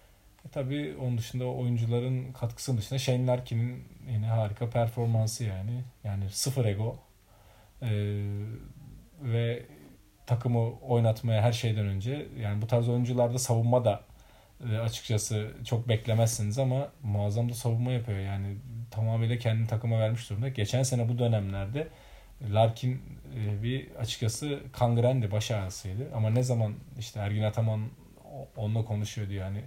Tabii onun dışında oyuncuların katkısının dışında Shane Larkin'in yine harika performansı yani. Yani sıfır ego. Ve takımı oynatmaya her şeyden önce yani bu tarz oyuncularda savunma da açıkçası çok beklemezsiniz ama muazzam da savunma yapıyor. Yani tamamıyla kendini takıma vermiş durumda. Geçen sene bu dönemlerde Larkin bir açıkçası kangrendi, baş ağrısıydı. Ama ne zaman işte Ergin Ataman onunla konuşuyordu yani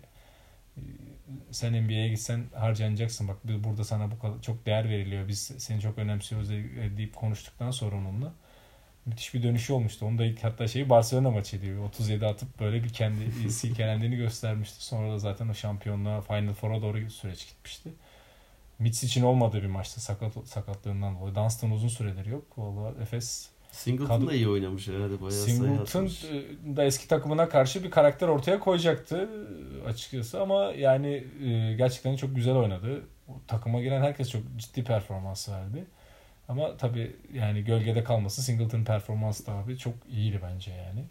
sen NBA'ye gitsen harcanacaksın. Bak burada sana bu kadar çok değer veriliyor. Biz seni çok önemsiyoruz deyip konuştuktan sonra onunla müthiş bir dönüşü olmuştu. Onu da ilk hatta Barcelona maçıydı. 37 atıp böyle bir kendi silkelendiğini göstermişti. Sonra da zaten o şampiyonluğa Final Four'a doğru süreç gitmişti. Mitsic'in olmadığı bir maçta sakatlığından dolayı. Dunstan uzun süredir yok. Vallahi Efes Singleton da iyi oynamış herhalde. Bayağı Singleton da eski takımına karşı bir karakter ortaya koyacaktı açıkçası ama yani gerçekten çok güzel oynadı. Takıma giren herkes çok ciddi performans verdi. Ama tabii yani gölgede kalması Singleton performansı da abi çok iyiydi bence yani.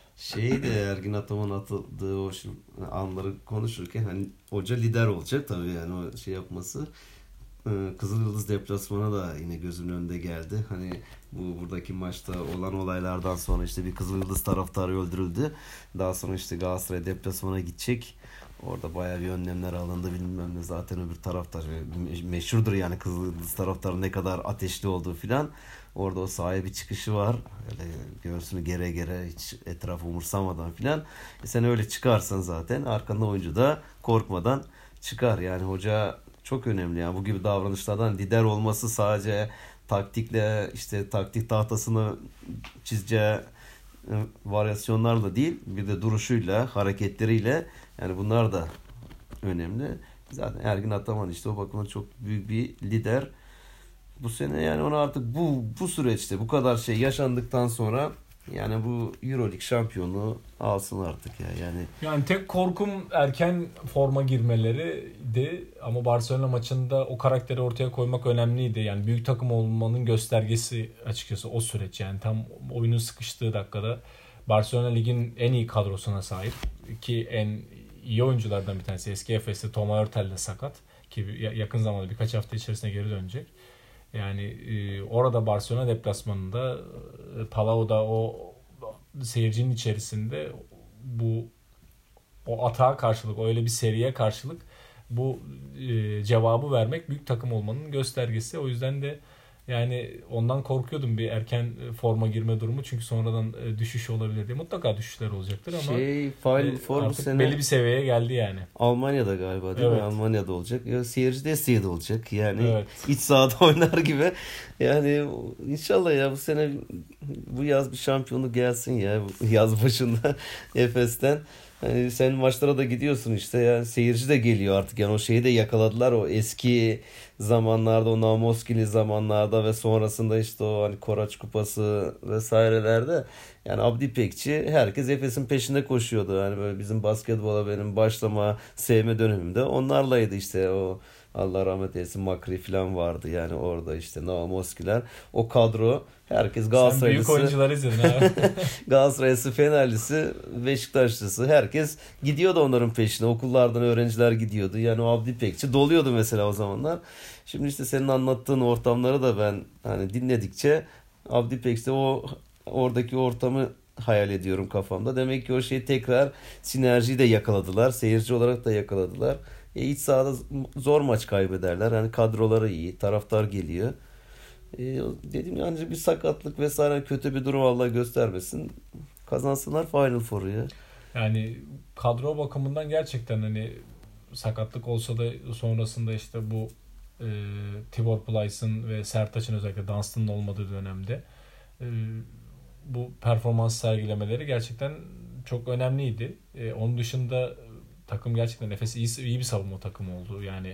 Ergin Ataman atıldığı o anları konuşurken hani hoca lider olacak tabii yani o şey yapması. Kızılyıldız deplasmanı da yine gözümün önünde geldi. Hani buradaki maçta olan olaylardan sonra işte bir Kızılyıldız taraftarı öldürüldü. Daha sonra işte Galatasaray deplasmana gidecek. Orada bayağı bir önlemler alındı bilmem ne. Zaten öbür taraftar meşhurdur yani Kızılyıldız taraftarı ne kadar ateşli olduğu filan. Orada o sahaya bir çıkışı var. Öyle göğsünü gere hiç etrafı umursamadan filan. Sen öyle çıkarsan zaten arkanda oyuncu da korkmadan çıkar. Yani hoca çok önemli yani bu gibi davranışlardan lider olması sadece taktikle işte taktik tahtasını çizeceği varyasyonlarla değil bir de duruşuyla hareketleriyle yani bunlar da önemli. Zaten Ergin Ataman işte o bakımdan çok büyük bir lider. Bu sene yani ona artık bu süreçte bu kadar şey yaşandıktan sonra yani bu EuroLeague şampiyonluğu alsın artık ya yani. Yani tek korkum erken forma girmeleriydi ama Barcelona maçında o karakteri ortaya koymak önemliydi. Yani büyük takım olmanın göstergesi açıkçası o süreç. Yani tam oyunun sıkıştığı dakikada Barcelona ligin en iyi kadrosuna sahip ki en iyi oyunculardan bir tanesi. Eski Efes'te Thomas Hurtel de sakat ki yakın zamanda birkaç hafta içerisinde geri dönecek. Yani orada Barcelona deplasmanında Palau'da o seyircinin içerisinde o atağa karşılık, öyle bir seriye karşılık bu cevabı vermek büyük takım olmanın göstergesi. O yüzden de Yani ondan korkuyordum bir erken forma girme durumu. Çünkü sonradan düşüş olabilir diye. Mutlaka düşüşler olacaktır ama Final Four bu artık sene belli bir seviyeye geldi yani. Almanya'da galiba değil mi? Evet. Almanya'da olacak. Ya, seyirci desteği de olacak. Yani Evet. iç sahada oynar gibi. Yani inşallah ya bu sene bu yaz bir şampiyonluk gelsin ya. Bu yaz başında Efes'ten. Hani sen maçlara da gidiyorsun işte yani seyirci de geliyor artık yani o şeyi de yakaladılar o eski zamanlarda o Naumoskili zamanlarda ve sonrasında işte o hani Koraç Kupası vesairelerde yani Abdi İpekçi herkes Efes'in peşinde koşuyordu yani böyle bizim basketbola benim başlama sevme dönemimde onlarlaydı işte o Allah rahmet eylesin Makri falan vardı yani orada işte Naumoskiler o kadro herkes Sen Galatasaraylısı. büyük oyuncuları izledin abi. Galatasaraylısı, Fenerlisi, Beşiktaşlısı herkes gidiyordu onların peşine. Okullardan öğrenciler gidiyordu. Yani o Abdi İpekçi doluyordu mesela o zamanlar. Şimdi işte senin anlattığın ortamları da ben hani dinledikçe Abdi İpekçi'de o oradaki ortamı hayal ediyorum kafamda. Demek ki o şeyi tekrar sinerjiyi de yakaladılar. Seyirci olarak da yakaladılar. İç sahada zor maç kaybederler. Yani kadroları iyi, taraftar geliyor. Dedim ya ancak bir sakatlık vesaire kötü bir durum Allah göstermesin. Kazansınlar Final Four'u ya. Yani kadro bakımından gerçekten hani sakatlık olsa da sonrasında işte bu Tibor Plyce'ın ve Sertaç'ın özellikle Dunstan'ın olmadığı dönemde bu performans sergilemeleri gerçekten çok önemliydi. Onun dışında takım gerçekten Efes iyi bir savunma takımı oldu. Yani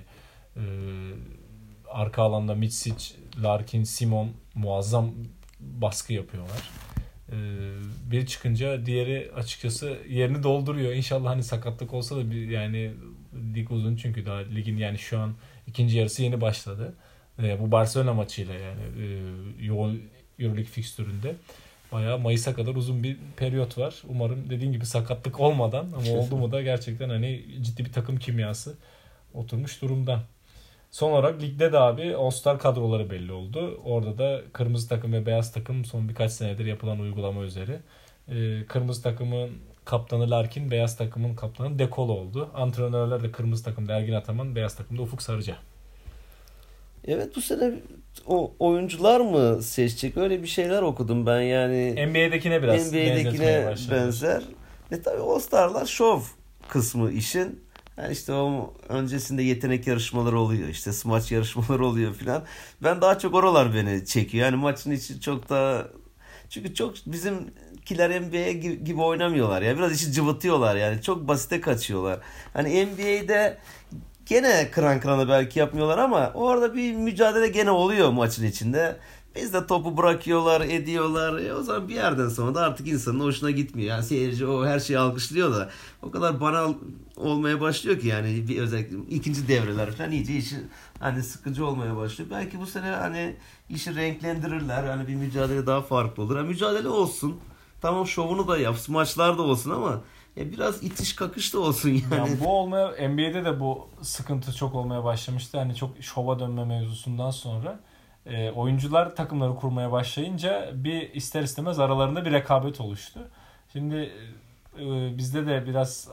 arka alanda Mitsic, Larkin, Simon muazzam baskı yapıyorlar. Bir çıkınca diğeri açıkçası yerini dolduruyor. İnşallah hani sakatlık olsa da bir yani lig uzun çünkü daha ligin yani şu an ikinci yarısı yeni başladı. Bu Barcelona maçıyla yani yoğun Euroleague fikstüründe bayağı Mayıs'a kadar uzun bir periyot var. Umarım dediğin gibi sakatlık olmadan ama oldu mu da gerçekten hani ciddi bir takım kimyası oturmuş durumda. Son olarak ligde de abi All-Star kadroları belli oldu. Orada da kırmızı takım ve beyaz takım son birkaç senedir yapılan uygulama üzere. Kırmızı takımın kaptanı Larkin, beyaz takımın kaptanı De Colo oldu. Antrenörler de kırmızı takımda Ergin Ataman, beyaz takımda Ufuk Sarıca. Evet bu sene o oyuncular mı seçecek? Öyle bir şeyler okudum ben yani. NBA'dekine biraz NBA'dekine benzer. Tabii All-Star'lar şov kısmı işin. Yani işte o öncesinde yetenek yarışmaları oluyor. İşte smaç yarışmaları oluyor filan. Ben daha çok oralar beni çekiyor. Yani maçın içi çok da çünkü çok bizimkiler NBA gibi oynamıyorlar ya. Biraz işi cıvıtıyorlar yani. Çok basite kaçıyorlar. Hani NBA'de gene kıran kırana belki yapmıyorlar ama orada bir mücadele gene oluyor maçın içinde. Biz de topu bırakıyorlar, ediyorlar. O zaman bir yerden sonra da artık insanın hoşuna gitmiyor. Yani seyirci o her şeyi alkışlıyor da o kadar banal olmaya başlıyor ki yani bir özellikle ikinci devreler falan iyice işi hani sıkıcı olmaya başlıyor. Belki bu sene hani işi renklendirirler. Hani bir mücadele daha farklı olur. Yani mücadele olsun. Tamam şovunu da yap. Maçlar da olsun ama biraz itiş kakış da olsun yani. Yani bu olmaya NBA'de de bu sıkıntı çok olmaya başlamıştı. Hani çok şova dönme mevzusundan sonra oyuncular takımları kurmaya başlayınca bir ister istemez aralarında bir rekabet oluştu. Şimdi bizde de biraz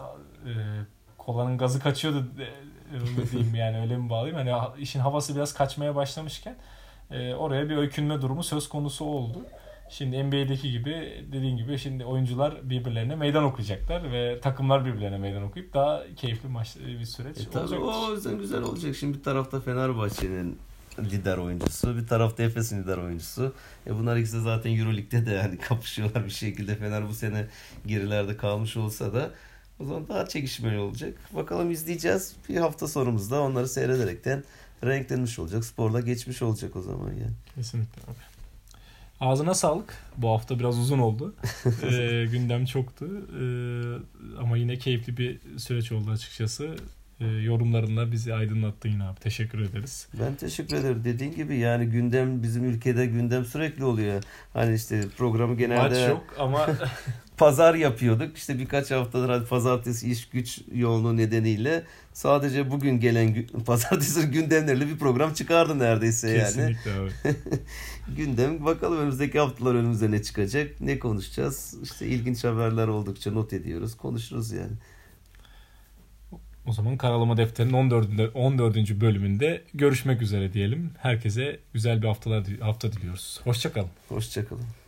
kolanın gazı kaçıyordu diyeyim yani öyle mi bağlayayım. Hani işin havası biraz kaçmaya başlamışken oraya bir öykünme durumu söz konusu oldu. Şimdi NBA'deki gibi dediğin gibi şimdi oyuncular birbirlerine meydan okuyacaklar ve takımlar birbirlerine meydan okuyup daha keyifli bir süreç olacaktır. O yüzden güzel olacak. Şimdi bir tarafta Fenerbahçe'nin lider oyuncusu, bir tarafta Efes'in lider oyuncusu. Bunlar ikisi de zaten Euroleague'de de yani kapışıyorlar bir şekilde. Fener bu sene gerilerde kalmış olsa da o zaman daha çekişmeli olacak. Bakalım izleyeceğiz. Bir hafta sonumuzda onları seyrederekten renklenmiş olacak. Sporla geçmiş olacak o zaman yani. Kesinlikle abi. Ağzına sağlık. Bu hafta biraz uzun oldu. Gündem çoktu. Ama yine keyifli bir süreç oldu açıkçası. Yorumlarınla bizi aydınlattın yine abi. Teşekkür ederiz. Ben teşekkür ederim. Dediğin gibi yani gündem bizim ülkede gündem sürekli oluyor. Hani işte programı genelde maç yok ama pazar yapıyorduk. İşte birkaç haftadır hadi pazartesi iş güç yoğunluğu nedeniyle sadece bugün gelen pazartesi gündemlerle bir program çıkardı neredeyse yani. Kesinlikle abi. Gündem bakalım önümüzdeki haftalar önümüze ne çıkacak, ne konuşacağız. İşte ilginç haberler oldukça not ediyoruz, konuşuruz yani. O zaman Karalama Defteri'nin 14. bölümünde görüşmek üzere diyelim. Herkese güzel bir hafta diliyoruz. Hoşça kalın. Hoşçakalın.